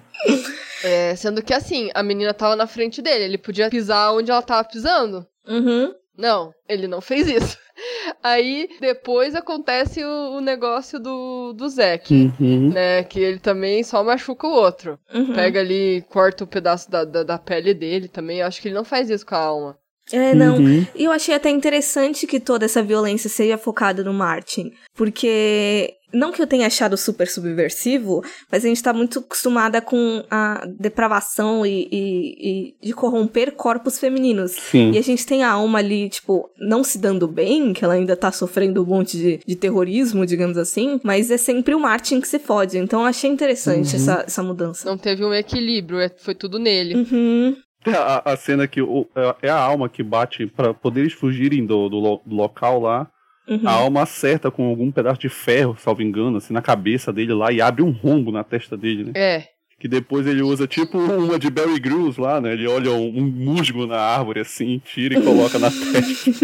É, sendo que assim, a menina tava na frente dele, ele podia pisar onde ela tava pisando. Uhum. Não, ele não fez isso. Aí, depois acontece o, o negócio do, do Zack, Uhum. né? Que ele também só machuca o outro. Uhum. Pega ali, corta o pedaço da, da, da pele dele também. Eu acho que ele não faz isso com a alma. É, não. Uhum. E eu achei até interessante que toda essa violência seja focada no Martin. Porque, não que eu tenha achado super subversivo, mas a gente tá muito acostumada com a depravação e, e, e de corromper corpos femininos. Sim. E a gente tem a alma ali, tipo, não se dando bem, que ela ainda tá sofrendo um monte de, de terrorismo, digamos assim, mas é sempre o Martin que se fode. Então eu achei interessante Uhum. essa, essa mudança. Não teve um equilíbrio, é- foi tudo nele. Uhum. A, a cena que o, é a alma que bate pra poder eles fugirem do, do, lo- do local lá. Uhum. A alma acerta com algum pedaço de ferro, salvo engano, assim, na cabeça dele lá e abre um rombo na testa dele, né? É. Que depois ele usa tipo uma de Barry Grylls lá, né? Ele olha um, um musgo na árvore assim, tira e coloca na testa.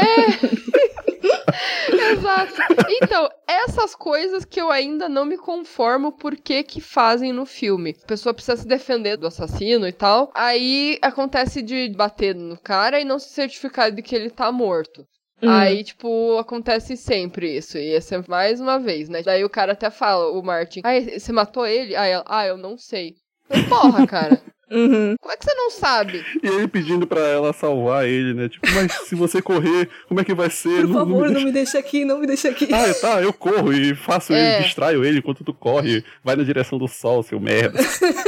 Exato. Então, essas coisas que eu ainda não me conformo por que que fazem no filme. A pessoa precisa se defender do assassino e tal. Aí acontece de bater no cara e não se certificar de que ele tá morto. Hum. Aí, tipo, acontece sempre isso. E esse é mais uma vez, né? Daí o cara até fala, o Martin, ah, você matou ele? Aí ela, ah, eu não sei. Mas, porra, cara. Uhum. Como é que você não sabe? E ele pedindo pra ela salvar ele, né? Tipo, mas se você correr, como é que vai ser? Por não, favor, não me, não me deixa aqui, não me deixa aqui. Ah, tá, eu corro e faço É. ele, distraio ele enquanto tu corre. Vai na direção do sol, seu merda.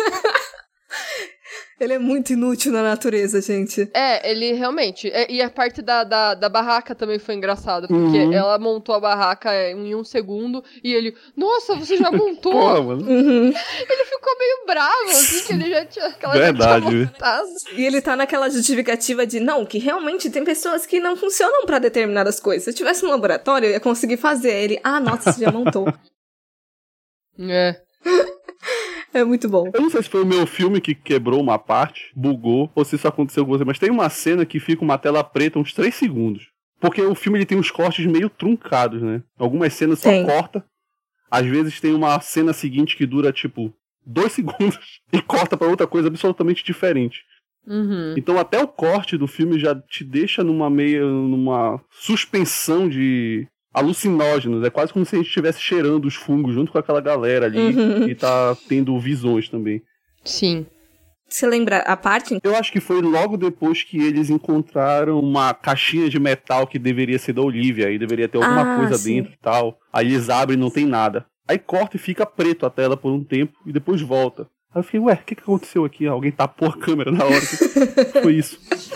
Ele é muito inútil na natureza, gente. É, ele realmente. é, e a parte da, da, da barraca também foi engraçada, porque Uhum. ela montou a barraca em um segundo e ele, nossa, você já montou? Porra, mano. Uhum. Ele ficou meio bravo, assim, que ele já tinha. Que ela Verdade, já tinha viu? montado. E ele tá naquela justificativa de, não, que realmente tem pessoas que não funcionam pra determinadas coisas. Se eu tivesse um laboratório, eu ia conseguir fazer. Ele, ah, nossa, você já montou. É. É muito bom. Eu não sei se foi o meu filme que quebrou uma parte, bugou, ou se isso aconteceu com você, mas tem uma cena que fica uma tela preta uns três segundos. Porque o filme ele tem uns cortes meio truncados, né? Algumas cenas só Tem. corta. Às vezes tem uma cena seguinte que dura, tipo, dois segundos e corta pra outra coisa absolutamente diferente. Uhum. Então até o corte do filme já te deixa numa meia, numa suspensão de alucinógenos. É quase como se a gente estivesse cheirando os fungos junto com aquela galera ali Uhum. e tá tendo visões também. Sim. Você lembra a parte? Eu acho que foi logo depois que eles encontraram uma caixinha de metal que deveria ser da Olivia, aí deveria ter alguma Ah, coisa sim. dentro e tal. Aí eles abrem e não tem nada. Aí corta e fica preto a tela por um tempo e depois volta. Aí eu fiquei, ué, o que, que aconteceu aqui? Alguém tapou a câmera na hora. Foi isso.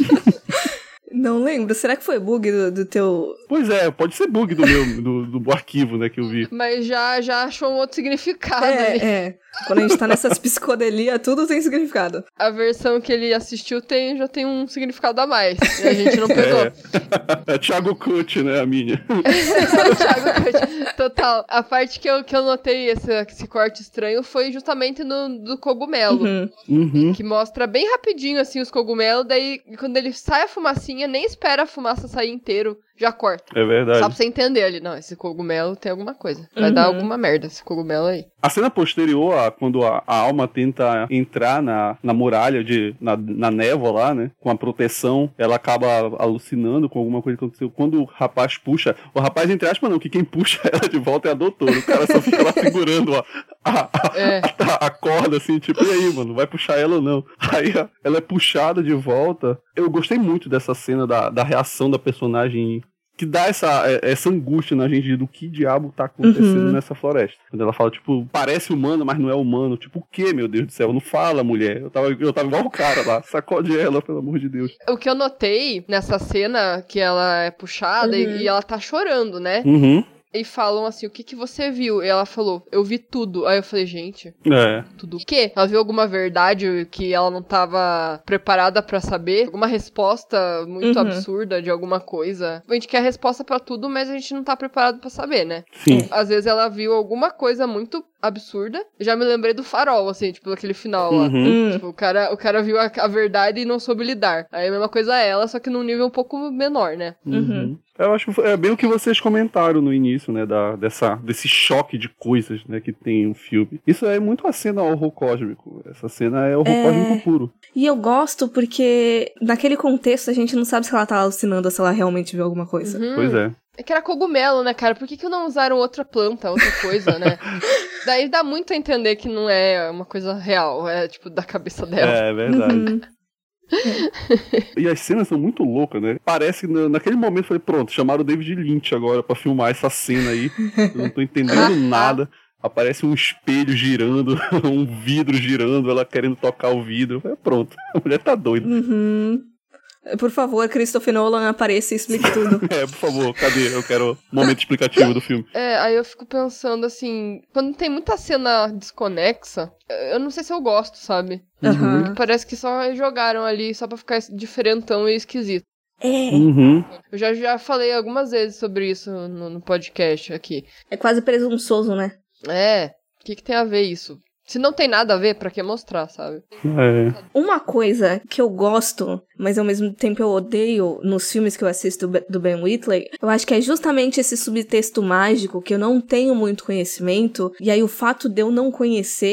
Não lembro. Será que foi bug do, do teu... Pois é, pode ser bug do meu do, do arquivo, né, que eu vi. Mas já, já achou um outro significado ali. É, é. Quando a gente tá nessas psicodelias, tudo tem significado. A versão que ele assistiu tem, já tem um significado a mais. E a gente não pegou. É, é Thiago Cut, né, a minha. Thiago Cut. Total. A parte que eu, que eu notei esse, esse corte estranho foi justamente no do cogumelo. Uhum. Uhum. Que mostra bem rapidinho, assim, os cogumelos. Daí, quando ele sai a fumacinha, nem espera a fumaça sair inteiro. Já corta. É verdade. Só pra você entender ali. Não, esse cogumelo tem alguma coisa. Vai Uhum. dar alguma merda esse cogumelo aí. A cena posterior, a, quando a, a alma tenta entrar na, na muralha, de, na, na névoa lá, né? Com a proteção, ela acaba alucinando com alguma coisa que aconteceu. Quando o rapaz puxa... O rapaz, entre aspas, não, que quem puxa ela de volta é a doutora. O cara só fica lá segurando a, a, a, É. a, a corda, assim, tipo, e aí, mano, vai puxar ela ou não? Aí a- ela é puxada de volta. Eu gostei muito dessa cena, da, da reação da personagem... Que dá essa, essa angústia na gente do que diabo tá acontecendo Uhum. nessa floresta. Quando ela fala, tipo, parece humano, mas não é humano. Tipo, o que, meu Deus do céu? Não fala, mulher. Eu tava, eu tava igual o cara lá. Sacode ela, pelo amor de Deus. O que eu notei nessa cena, que ela é puxada Uhum. e, e ela tá chorando, né? Uhum. E falam assim, o que que você viu? E ela falou, eu vi tudo. Aí eu falei, gente, É. tudo o quê? Ela viu alguma verdade que ela não tava preparada pra saber? Alguma resposta muito Uhum. absurda de alguma coisa? A gente quer resposta pra tudo, mas a gente não tá preparado pra saber, né? Sim. Às vezes ela viu alguma coisa muito absurda. Já me lembrei do Farol, assim, tipo, daquele final lá. Uhum. Hum. Tipo, o cara, o cara viu a, a verdade e não soube lidar. Aí a mesma coisa é ela, só que num nível um pouco menor, né? Uhum. Eu acho que é bem o que vocês comentaram no início, né? Da, dessa, desse choque de coisas, né? Que tem o filme. Isso é muito a cena horror cósmico. Essa cena é horror É. cósmico puro. E eu gosto porque, naquele contexto, a gente não sabe se ela tá alucinando ou se ela realmente viu alguma coisa. Uhum. Pois é. É que era cogumelo, né, cara? Por que, que não usaram outra planta, outra coisa, né? Daí dá muito a entender que não é uma coisa real, é tipo da cabeça dela. É verdade. Uhum. E as cenas são muito loucas, né? Parece que na- naquele momento eu falei, pronto, chamaram o David Lynch agora pra filmar essa cena aí. Eu não tô entendendo nada. Aparece um espelho girando, um vidro girando, ela querendo tocar o vidro. Eu falei, pronto, a mulher tá doida. Uhum. Por favor, Christopher Nolan, apareça e explique tudo. É, por favor, cadê? Eu quero o momento explicativo do filme. É, aí eu fico pensando assim, quando tem muita cena desconexa, eu não sei se eu gosto, sabe? Aham. Parece que só jogaram ali só pra ficar diferentão e esquisito. É, Uhum. Eu já, já falei algumas vezes sobre isso no, no podcast aqui. é quase presunçoso, né? É, o que, que tem a ver isso? Se não tem nada a ver, pra que mostrar, sabe? É. Uma coisa que eu gosto, mas ao mesmo tempo eu odeio nos filmes que eu assisto do do Ben Whitley, eu acho que é justamente esse subtexto mágico que eu não tenho muito conhecimento, e aí o fato de eu não conhecer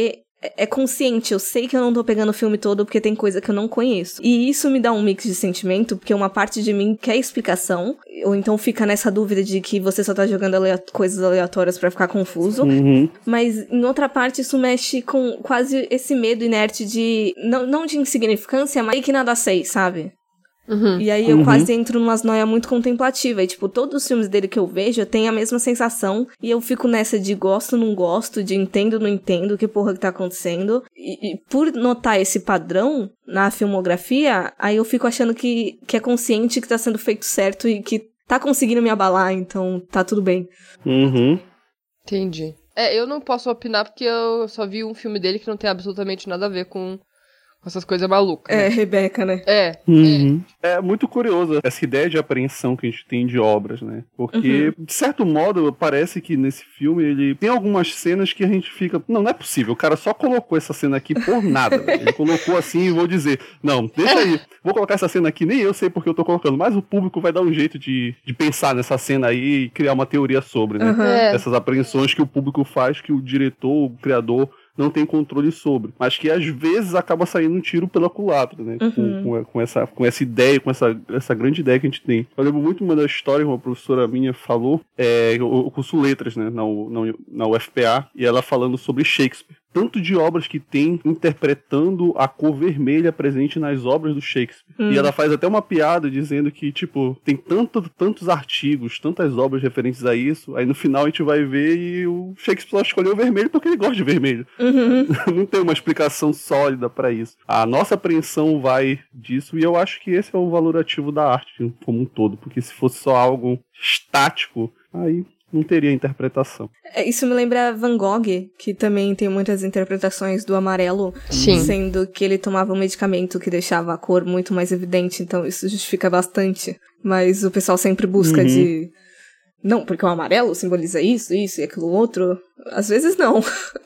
é consciente, eu sei que eu não tô pegando o filme todo porque tem coisa que eu não conheço. E isso me dá um mix de sentimento, porque uma parte de mim quer explicação, ou então fica nessa dúvida de que você só tá jogando aleat- coisas aleatórias pra ficar confuso. Uhum. Mas em outra parte isso mexe com quase esse medo inerte de, não, não de insignificância, mas que nada sei, sabe? Uhum. E aí eu Uhum. quase entro numa noia muito contemplativa. E, tipo, todos os filmes dele que eu vejo, eu tenho a mesma sensação. E eu fico nessa de gosto, não gosto, de entendo, não entendo, que porra que tá acontecendo. E, e por notar esse padrão na filmografia, aí eu fico achando que, que é consciente que tá sendo feito certo e que tá conseguindo me abalar, então tá tudo bem. Uhum. Entendi. É, eu não posso opinar porque eu só vi um filme dele que não tem absolutamente nada a ver com essas coisas malucas. É, Né? Rebeca, né? É. Uhum. É muito curioso essa ideia de apreensão que a gente tem de obras, né? Porque, Uhum. de certo modo, parece que nesse filme ele tem algumas cenas que a gente fica... Não, não é possível, o cara só colocou essa cena aqui por nada, velho. Ele colocou assim e vou dizer, não, deixa aí, vou colocar essa cena aqui, nem eu sei porque eu tô colocando, mas o público vai dar um jeito de, de pensar nessa cena aí e criar uma teoria sobre, né? Uhum. É. Essas apreensões que o público faz, que o diretor, o criador... não tem controle sobre, mas que às vezes acaba saindo um tiro pela culatra, né? Uhum. Com, com, com, essa, com essa ideia, com essa, essa grande ideia que a gente tem. Eu lembro muito uma da história que uma professora minha falou, é, eu, eu curso letras, né, na, na, na U F P A, e ela falando sobre Shakespeare. Tanto de obras que tem interpretando a cor vermelha presente nas obras do Shakespeare. Hum. E ela faz até uma piada dizendo que, tipo, tem tanto, tantos artigos, tantas obras referentes a isso, aí no final a gente vai ver e o Shakespeare só escolheu o vermelho porque ele gosta de vermelho. Uhum. Não tem uma explicação sólida pra isso. A nossa apreensão vai disso, e eu acho que esse é o valor ativo da arte como um todo, porque se fosse só algo estático, aí não teria interpretação. É, isso me lembra Van Gogh, que também tem muitas interpretações do amarelo, Sim. sendo que ele tomava um medicamento que deixava a cor muito mais evidente, então isso justifica bastante. Mas o pessoal sempre busca Uhum. de... Não, porque o amarelo simboliza isso, isso e aquilo outro. Às vezes não.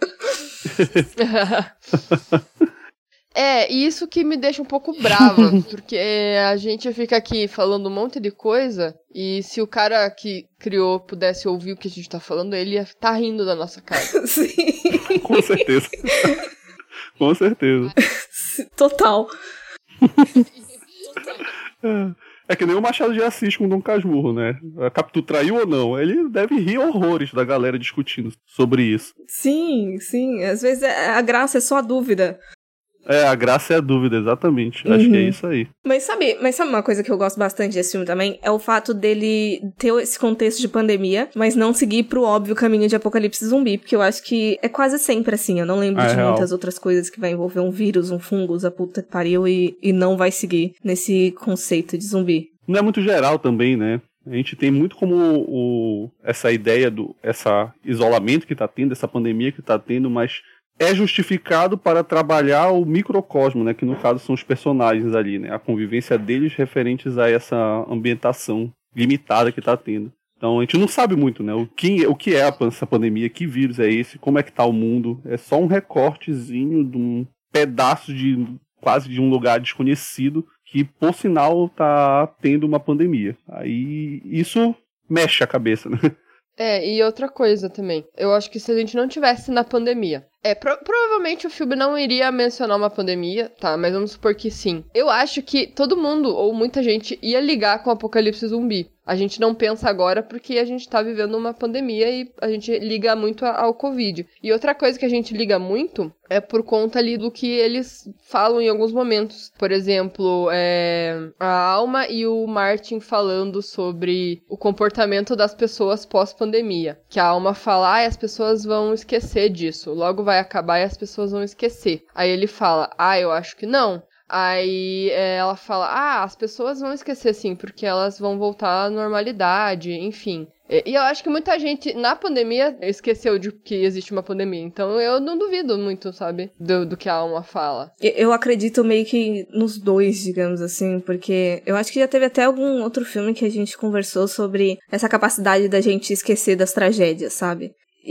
É, e isso que me deixa um pouco brava, porque a gente fica aqui falando um monte de coisa, e se o cara que criou pudesse ouvir o que a gente tá falando, ele ia estar rindo da nossa cara. Sim. Com certeza. Com certeza. Total. É que nem o Machado de Assis com o Dom Casmurro, né? A Capitu traiu ou não? Ele deve rir horrores da galera discutindo sobre isso. Sim, sim. Às vezes a graça é só a dúvida. É, a graça é a dúvida, exatamente. Acho Uhum. que é isso aí. Mas sabe, mas sabe uma coisa que eu gosto bastante desse filme também? É o fato dele ter esse contexto de pandemia, mas não seguir pro óbvio caminho de apocalipse zumbi, porque eu acho que é quase sempre assim. Eu não lembro Ah, é de real. muitas outras coisas que vai envolver um vírus, um fungus, a puta que pariu, e, e não vai seguir nesse conceito de zumbi. Não é muito geral também, né? A gente tem muito como o, essa ideia do essa isolamento que tá tendo, essa pandemia que tá tendo, mas é justificado para trabalhar o microcosmo, né? Que no caso são os personagens ali, né? A convivência deles referentes a essa ambientação limitada que tá tendo. Então a gente não sabe muito, né? O que, o que é essa pandemia, que vírus é esse, como é que tá o mundo. É só um recortezinho de um pedaço de quase de um lugar desconhecido que, por sinal, tá tendo uma pandemia. Aí isso mexe a cabeça, né? É, e outra coisa também. Eu acho que se a gente não tivesse na pandemia... É, pro- provavelmente o filme não iria mencionar uma pandemia, tá? Mas vamos supor que sim. Eu acho que todo mundo, ou muita gente, ia ligar com o apocalipse zumbi. A gente não pensa agora porque a gente tá vivendo uma pandemia e a gente liga muito a- ao Covid. E outra coisa que a gente liga muito é por conta ali do que eles falam em alguns momentos. Por exemplo, é, a Alma e o Martin falando sobre o comportamento das pessoas pós-pandemia. Que a Alma fala, ah, as pessoas vão esquecer disso. Logo vai acabar e as pessoas vão esquecer. Aí ele fala, ah, eu acho que não. Aí é, ela fala, ah, as pessoas vão esquecer sim, porque elas vão voltar à normalidade, enfim. E, e eu acho que muita gente, na pandemia, esqueceu de que existe uma pandemia. Então eu não duvido muito, sabe, do, do que a Alma fala. Eu- Eu acredito meio que nos dois, digamos assim, porque eu acho que já teve até algum outro filme que a gente conversou sobre essa capacidade da gente esquecer das tragédias, sabe?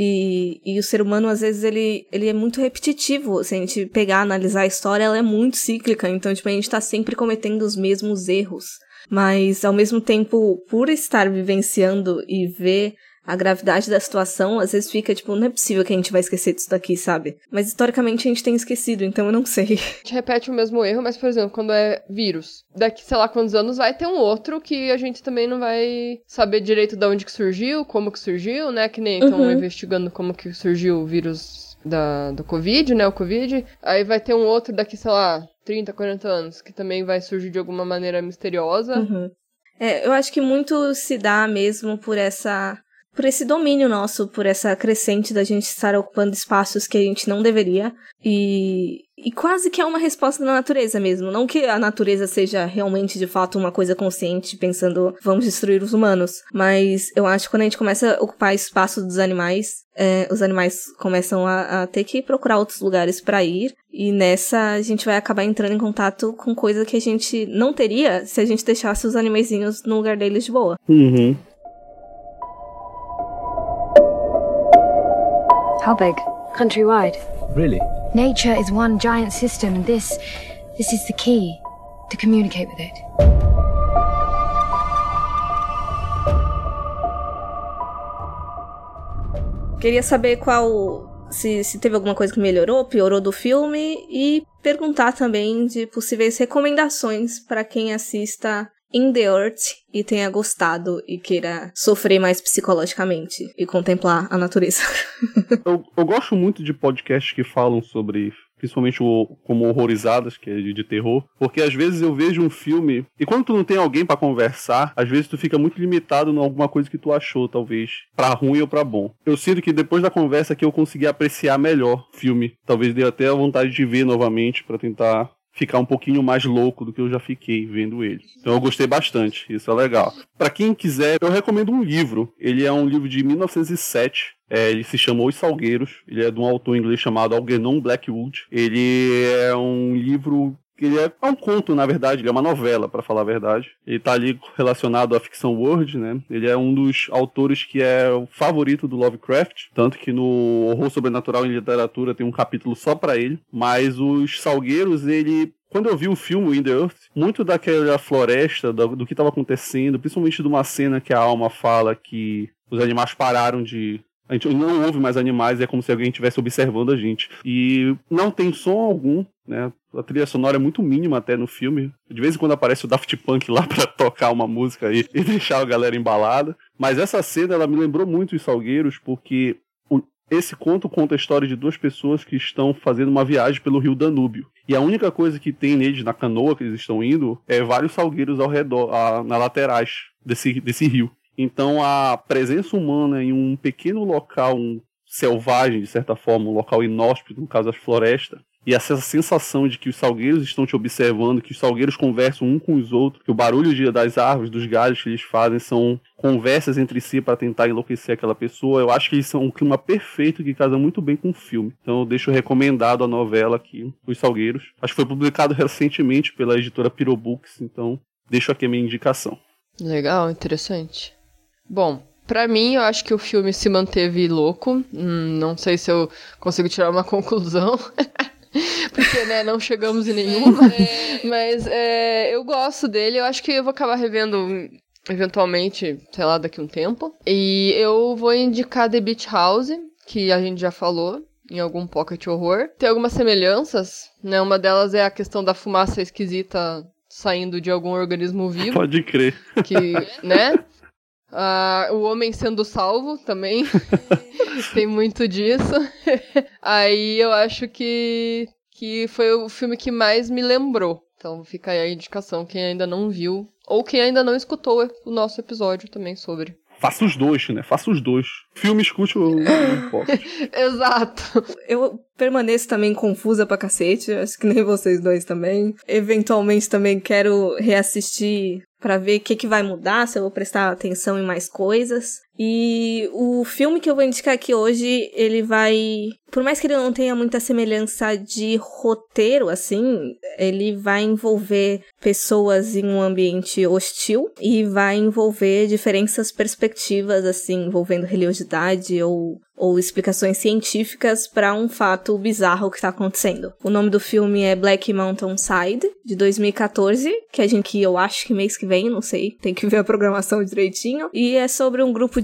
E, e o ser humano, às vezes, ele, ele é muito repetitivo. Se a gente pegar, analisar a história, ela é muito cíclica. Então, tipo, a gente tá sempre cometendo os mesmos erros. Mas, ao mesmo tempo, por estar vivenciando e ver a gravidade da situação, às vezes fica, tipo, não é possível que a gente vai esquecer disso daqui, sabe? Mas historicamente a gente tem esquecido, então eu não sei. A gente repete o mesmo erro, mas, por exemplo, quando é vírus, daqui, sei lá quantos anos, vai ter um outro que a gente também não vai saber direito de onde que surgiu, como que surgiu, né? Que nem estão Uhum. investigando como que surgiu o vírus da, do Covid, né? O Covid. Aí vai ter um outro daqui, sei lá, trinta, quarenta anos, que também vai surgir de alguma maneira misteriosa. Uhum. É, eu acho que muito se dá mesmo por essa... por esse domínio nosso, por essa crescente da gente estar ocupando espaços que a gente não deveria. E, e quase que é uma resposta da natureza mesmo. Não que a natureza seja realmente, de fato, uma coisa consciente, pensando, vamos destruir os humanos. Mas eu acho que quando a gente começa a ocupar espaço dos animais, é, os animais começam a, a ter que procurar outros lugares para ir. E nessa, a gente vai acabar entrando em contato com coisa que a gente não teria se a gente deixasse os animaizinhos no lugar deles de boa. Uhum. How big? Countrywide. Really? Nature is one giant system, and this, this is the key to communicate with it. Queria saber qual... Se, se teve alguma coisa que melhorou, piorou do filme, e perguntar também de possíveis recomendações para quem assista In the Earth e tenha gostado e queira sofrer mais psicologicamente e contemplar a natureza. eu, eu gosto muito de podcasts que falam sobre, principalmente o, como Horrorizadas, que é de, de terror, porque às vezes eu vejo um filme e quando tu não tem alguém pra conversar, às vezes tu fica muito limitado em alguma coisa que tu achou, talvez, pra ruim ou pra bom. Eu sinto que depois da conversa que eu consegui apreciar melhor o filme, talvez dê até a vontade de ver novamente pra tentar ficar um pouquinho mais louco do que eu já fiquei vendo ele. Então eu gostei bastante, isso é legal. Pra quem quiser, eu recomendo um livro. Ele é um livro de mil novecentos e sete, é, ele se chama Os Salgueiros, ele é de um autor inglês chamado Algernon Blackwood. Ele é um livro... Ele é, é um conto, na verdade, ele é uma novela, pra falar a verdade. Ele tá ali relacionado à ficção world, né? Ele é um dos autores que é o favorito do Lovecraft, tanto que no Horror Sobrenatural em Literatura tem um capítulo só pra ele. Mas Os Salgueiros, ele... Quando eu vi o filme In the Earth, muito daquela floresta, do, do que estava acontecendo, principalmente de uma cena que a alma fala que os animais pararam de... A gente não ouve mais animais, é como se alguém estivesse observando a gente. E não tem som algum, né? A trilha sonora é muito mínima até no filme. De vez em quando aparece o Daft Punk lá pra tocar uma música aí e deixar a galera embalada. Mas essa cena, ela me lembrou muito Os Salgueiros, porque o, esse conto conta a história de duas pessoas que estão fazendo uma viagem pelo rio Danúbio. E a única coisa que tem neles, na canoa que eles estão indo, é vários salgueiros ao redor, a, nas laterais desse, desse rio. Então a presença humana em um pequeno local, um selvagem, de certa forma, um local inóspito, no caso as florestas, e essa sensação de que os salgueiros estão te observando, que os salgueiros conversam um com os outros, que o barulho de, das árvores, dos galhos que eles fazem são conversas entre si para tentar enlouquecer aquela pessoa, eu acho que eles são um clima perfeito que casa muito bem com o filme. Então eu deixo recomendado a novela aqui, Os Salgueiros. Acho que foi publicado recentemente pela editora Pirobooks, então deixo aqui a minha indicação. Legal, interessante. Bom, pra mim, eu acho que o filme se manteve louco. Hum, não sei se eu consigo tirar uma conclusão. Porque, né, não chegamos em nenhuma. Mas é, eu gosto dele. Eu acho que eu vou acabar revendo eventualmente, sei lá, daqui a um tempo. E eu vou indicar The Beach House, que a gente já falou em algum Pocket Horror. Tem algumas semelhanças, né? Uma delas é a questão da fumaça esquisita saindo de algum organismo vivo. Pode crer. Que, né? Uh, o homem sendo salvo também. Tem muito disso. Aí eu acho que, que foi o filme que mais me lembrou. Então fica aí a indicação, quem ainda não viu. Ou quem ainda não escutou o nosso episódio também sobre. Faça os dois, né? Faça os dois. Filme, escute o Pocket. Exato. Eu permaneço também confusa pra cacete. Acho que nem vocês dois também. Eventualmente também quero reassistir pra ver o que, que vai mudar, se eu vou prestar atenção em mais coisas. E o filme que eu vou indicar aqui hoje, ele vai... Por mais que ele não tenha muita semelhança de roteiro, assim, ele vai envolver pessoas em um ambiente hostil e vai envolver diferentes perspectivas, assim, envolvendo religiosidade ou... ou explicações científicas para um fato bizarro que está acontecendo. O nome do filme é Black Mountain Side, de dois mil e catorze, que a gente que eu acho que mês que vem, não sei, tem que ver a programação direitinho, e é sobre um grupo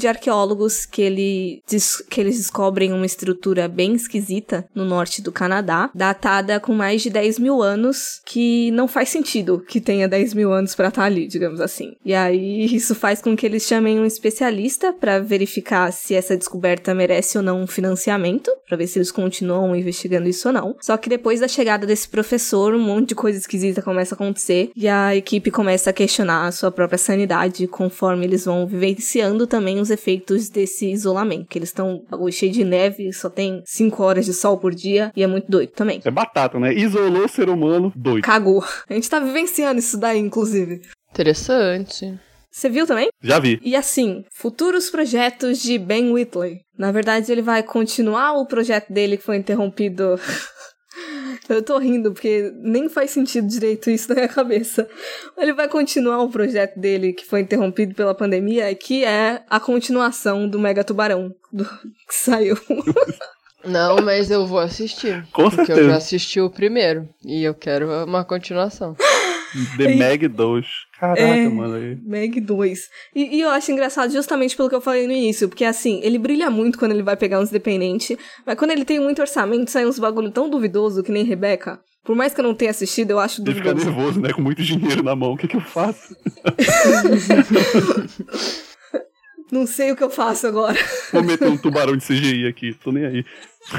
de arqueólogos que, ele, que eles descobrem uma estrutura bem esquisita no norte do Canadá, datada com mais de dez mil anos, que não faz sentido que tenha dez mil anos pra estar ali, digamos assim. E aí isso faz com que eles chamem um especialista pra verificar se essa descoberta merece ou não um financiamento, pra ver se eles continuam investigando isso ou não. Só que depois da chegada desse professor, um monte de coisa esquisita começa a acontecer e a equipe começa a questionar a sua própria sanidade conforme eles vão vivenciando também os efeitos desse isolamento, que eles estão cheio de neve, só tem cinco horas de sol por dia e é muito doido também. É batata, né? Isolou o ser humano doido. Cagou. A gente tá vivenciando isso daí, inclusive. Interessante. Você viu também? Já vi. E assim, futuros projetos de Ben Wheatley. Na verdade, ele vai continuar o projeto dele que foi interrompido... Eu tô rindo, porque nem faz sentido direito isso na minha cabeça. Ele vai continuar o projeto dele, que foi interrompido pela pandemia, que é a continuação do Mega Tubarão, do... que saiu. Não, mas eu vou assistir. Com porque certeza. eu já assisti o primeiro. E eu quero uma continuação. The Meg dois. Caraca, é, mano. Aí. Meg dois. E, e eu acho engraçado justamente pelo que eu falei no início, porque assim, ele brilha muito quando ele vai pegar uns dependentes, mas quando ele tem muito orçamento, sai uns bagulho tão duvidoso que nem Rebeca. Por mais que eu não tenha assistido, eu acho Ele duvidoso. fica nervoso, né? Com muito dinheiro na mão. O que que eu faço? Não sei o que eu faço agora. Vou meter um tubarão de C G I aqui. Tô nem aí.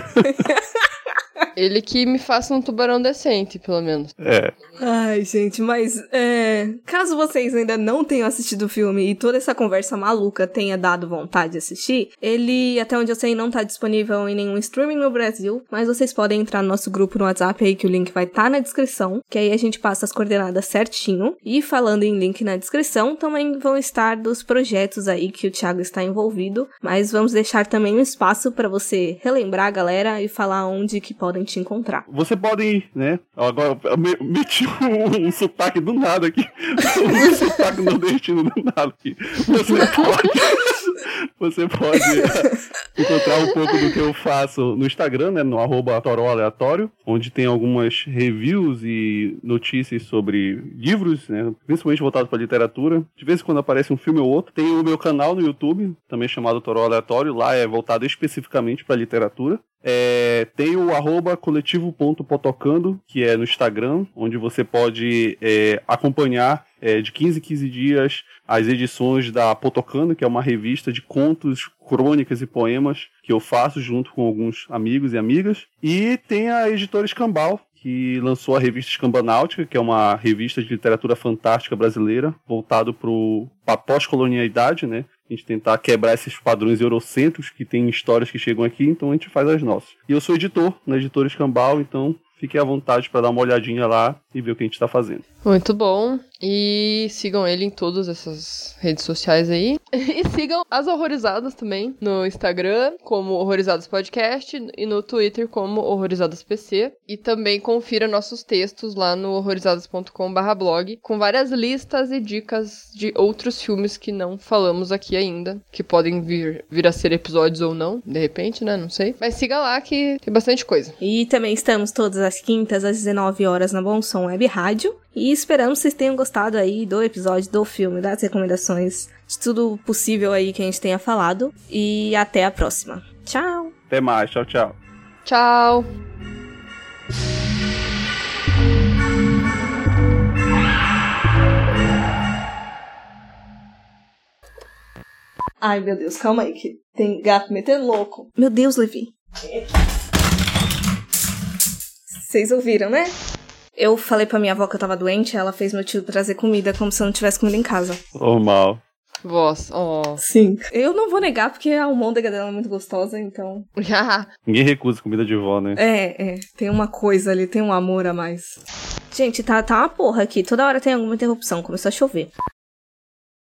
Ele que me faça um tubarão decente, pelo menos. É. Ai, gente, mas é, caso vocês ainda não tenham assistido o filme e toda essa conversa maluca tenha dado vontade de assistir, ele, até onde eu sei, não tá disponível em nenhum streaming no Brasil, mas vocês podem entrar no nosso grupo no WhatsApp aí, que o link vai estar tá na descrição, que aí a gente passa as coordenadas certinho. E falando em link na descrição, também vão estar dos projetos aí que o Thiago está envolvido, mas vamos deixar também um espaço para você relembrar a galera e falar onde que podem te encontrar. Você pode, né? Agora eu me- meti um, um sotaque do nada aqui. Um sotaque nordestino do nada aqui. Você pode. Você pode encontrar um pouco do que eu faço no Instagram, né? No arroba Toró Aleatório, onde tem algumas reviews e notícias sobre livros, né? Principalmente voltados para literatura. De vez em quando aparece um filme ou outro. Tem o meu canal no YouTube, também chamado Toró Aleatório. Lá é voltado especificamente para literatura. É, tem o arroba coletivo.potocando, que é no Instagram, onde você pode é, acompanhar é, de quinze em quinze dias as edições da Potocando, que é uma revista de contos, crônicas e poemas que eu faço junto com alguns amigos e amigas. E tem a editora Escambau, que lançou a revista Escambanáutica, que é uma revista de literatura fantástica brasileira, voltado para a pós-colonialidade, né? A gente tentar quebrar esses padrões eurocêntricos que tem histórias que chegam aqui, então a gente faz as nossas. E eu sou editor na editora Escambau, então fiquem à vontade para dar uma olhadinha lá e ver o que a gente está fazendo. Muito bom. E sigam ele em todas essas redes sociais aí. E sigam as Horrorizadas também no Instagram, como Horrorizadas Podcast, e no Twitter como Horrorizadas P C. E também confira nossos textos lá no horrorizadas ponto com barra blog, com várias listas e dicas de outros filmes que não falamos aqui ainda, que podem vir, vir a ser episódios ou não, de repente, né? Não sei. Mas siga lá que tem bastante coisa. E também estamos todas as quintas às dezenove horas na Bom Som Web Rádio. E esperamos que vocês tenham gostado aí do episódio, do filme, das recomendações, de tudo possível aí que a gente tenha falado. E até a próxima. Tchau! Até mais, tchau, tchau. Tchau! Ai, meu Deus, calma aí, que tem gato metendo louco. Meu Deus, Levi. Vocês ouviram, né? Eu falei pra minha avó que eu tava doente, ela fez meu tio trazer comida como se eu não tivesse comida em casa. Normal. Voz, ó. Sim. Eu não vou negar porque a almôndega dela é muito gostosa, então... Ninguém recusa comida de vó, né? É, é. Tem uma coisa ali, tem um amor a mais. Gente, tá, tá uma porra aqui. Toda hora tem alguma interrupção. Começou a chover.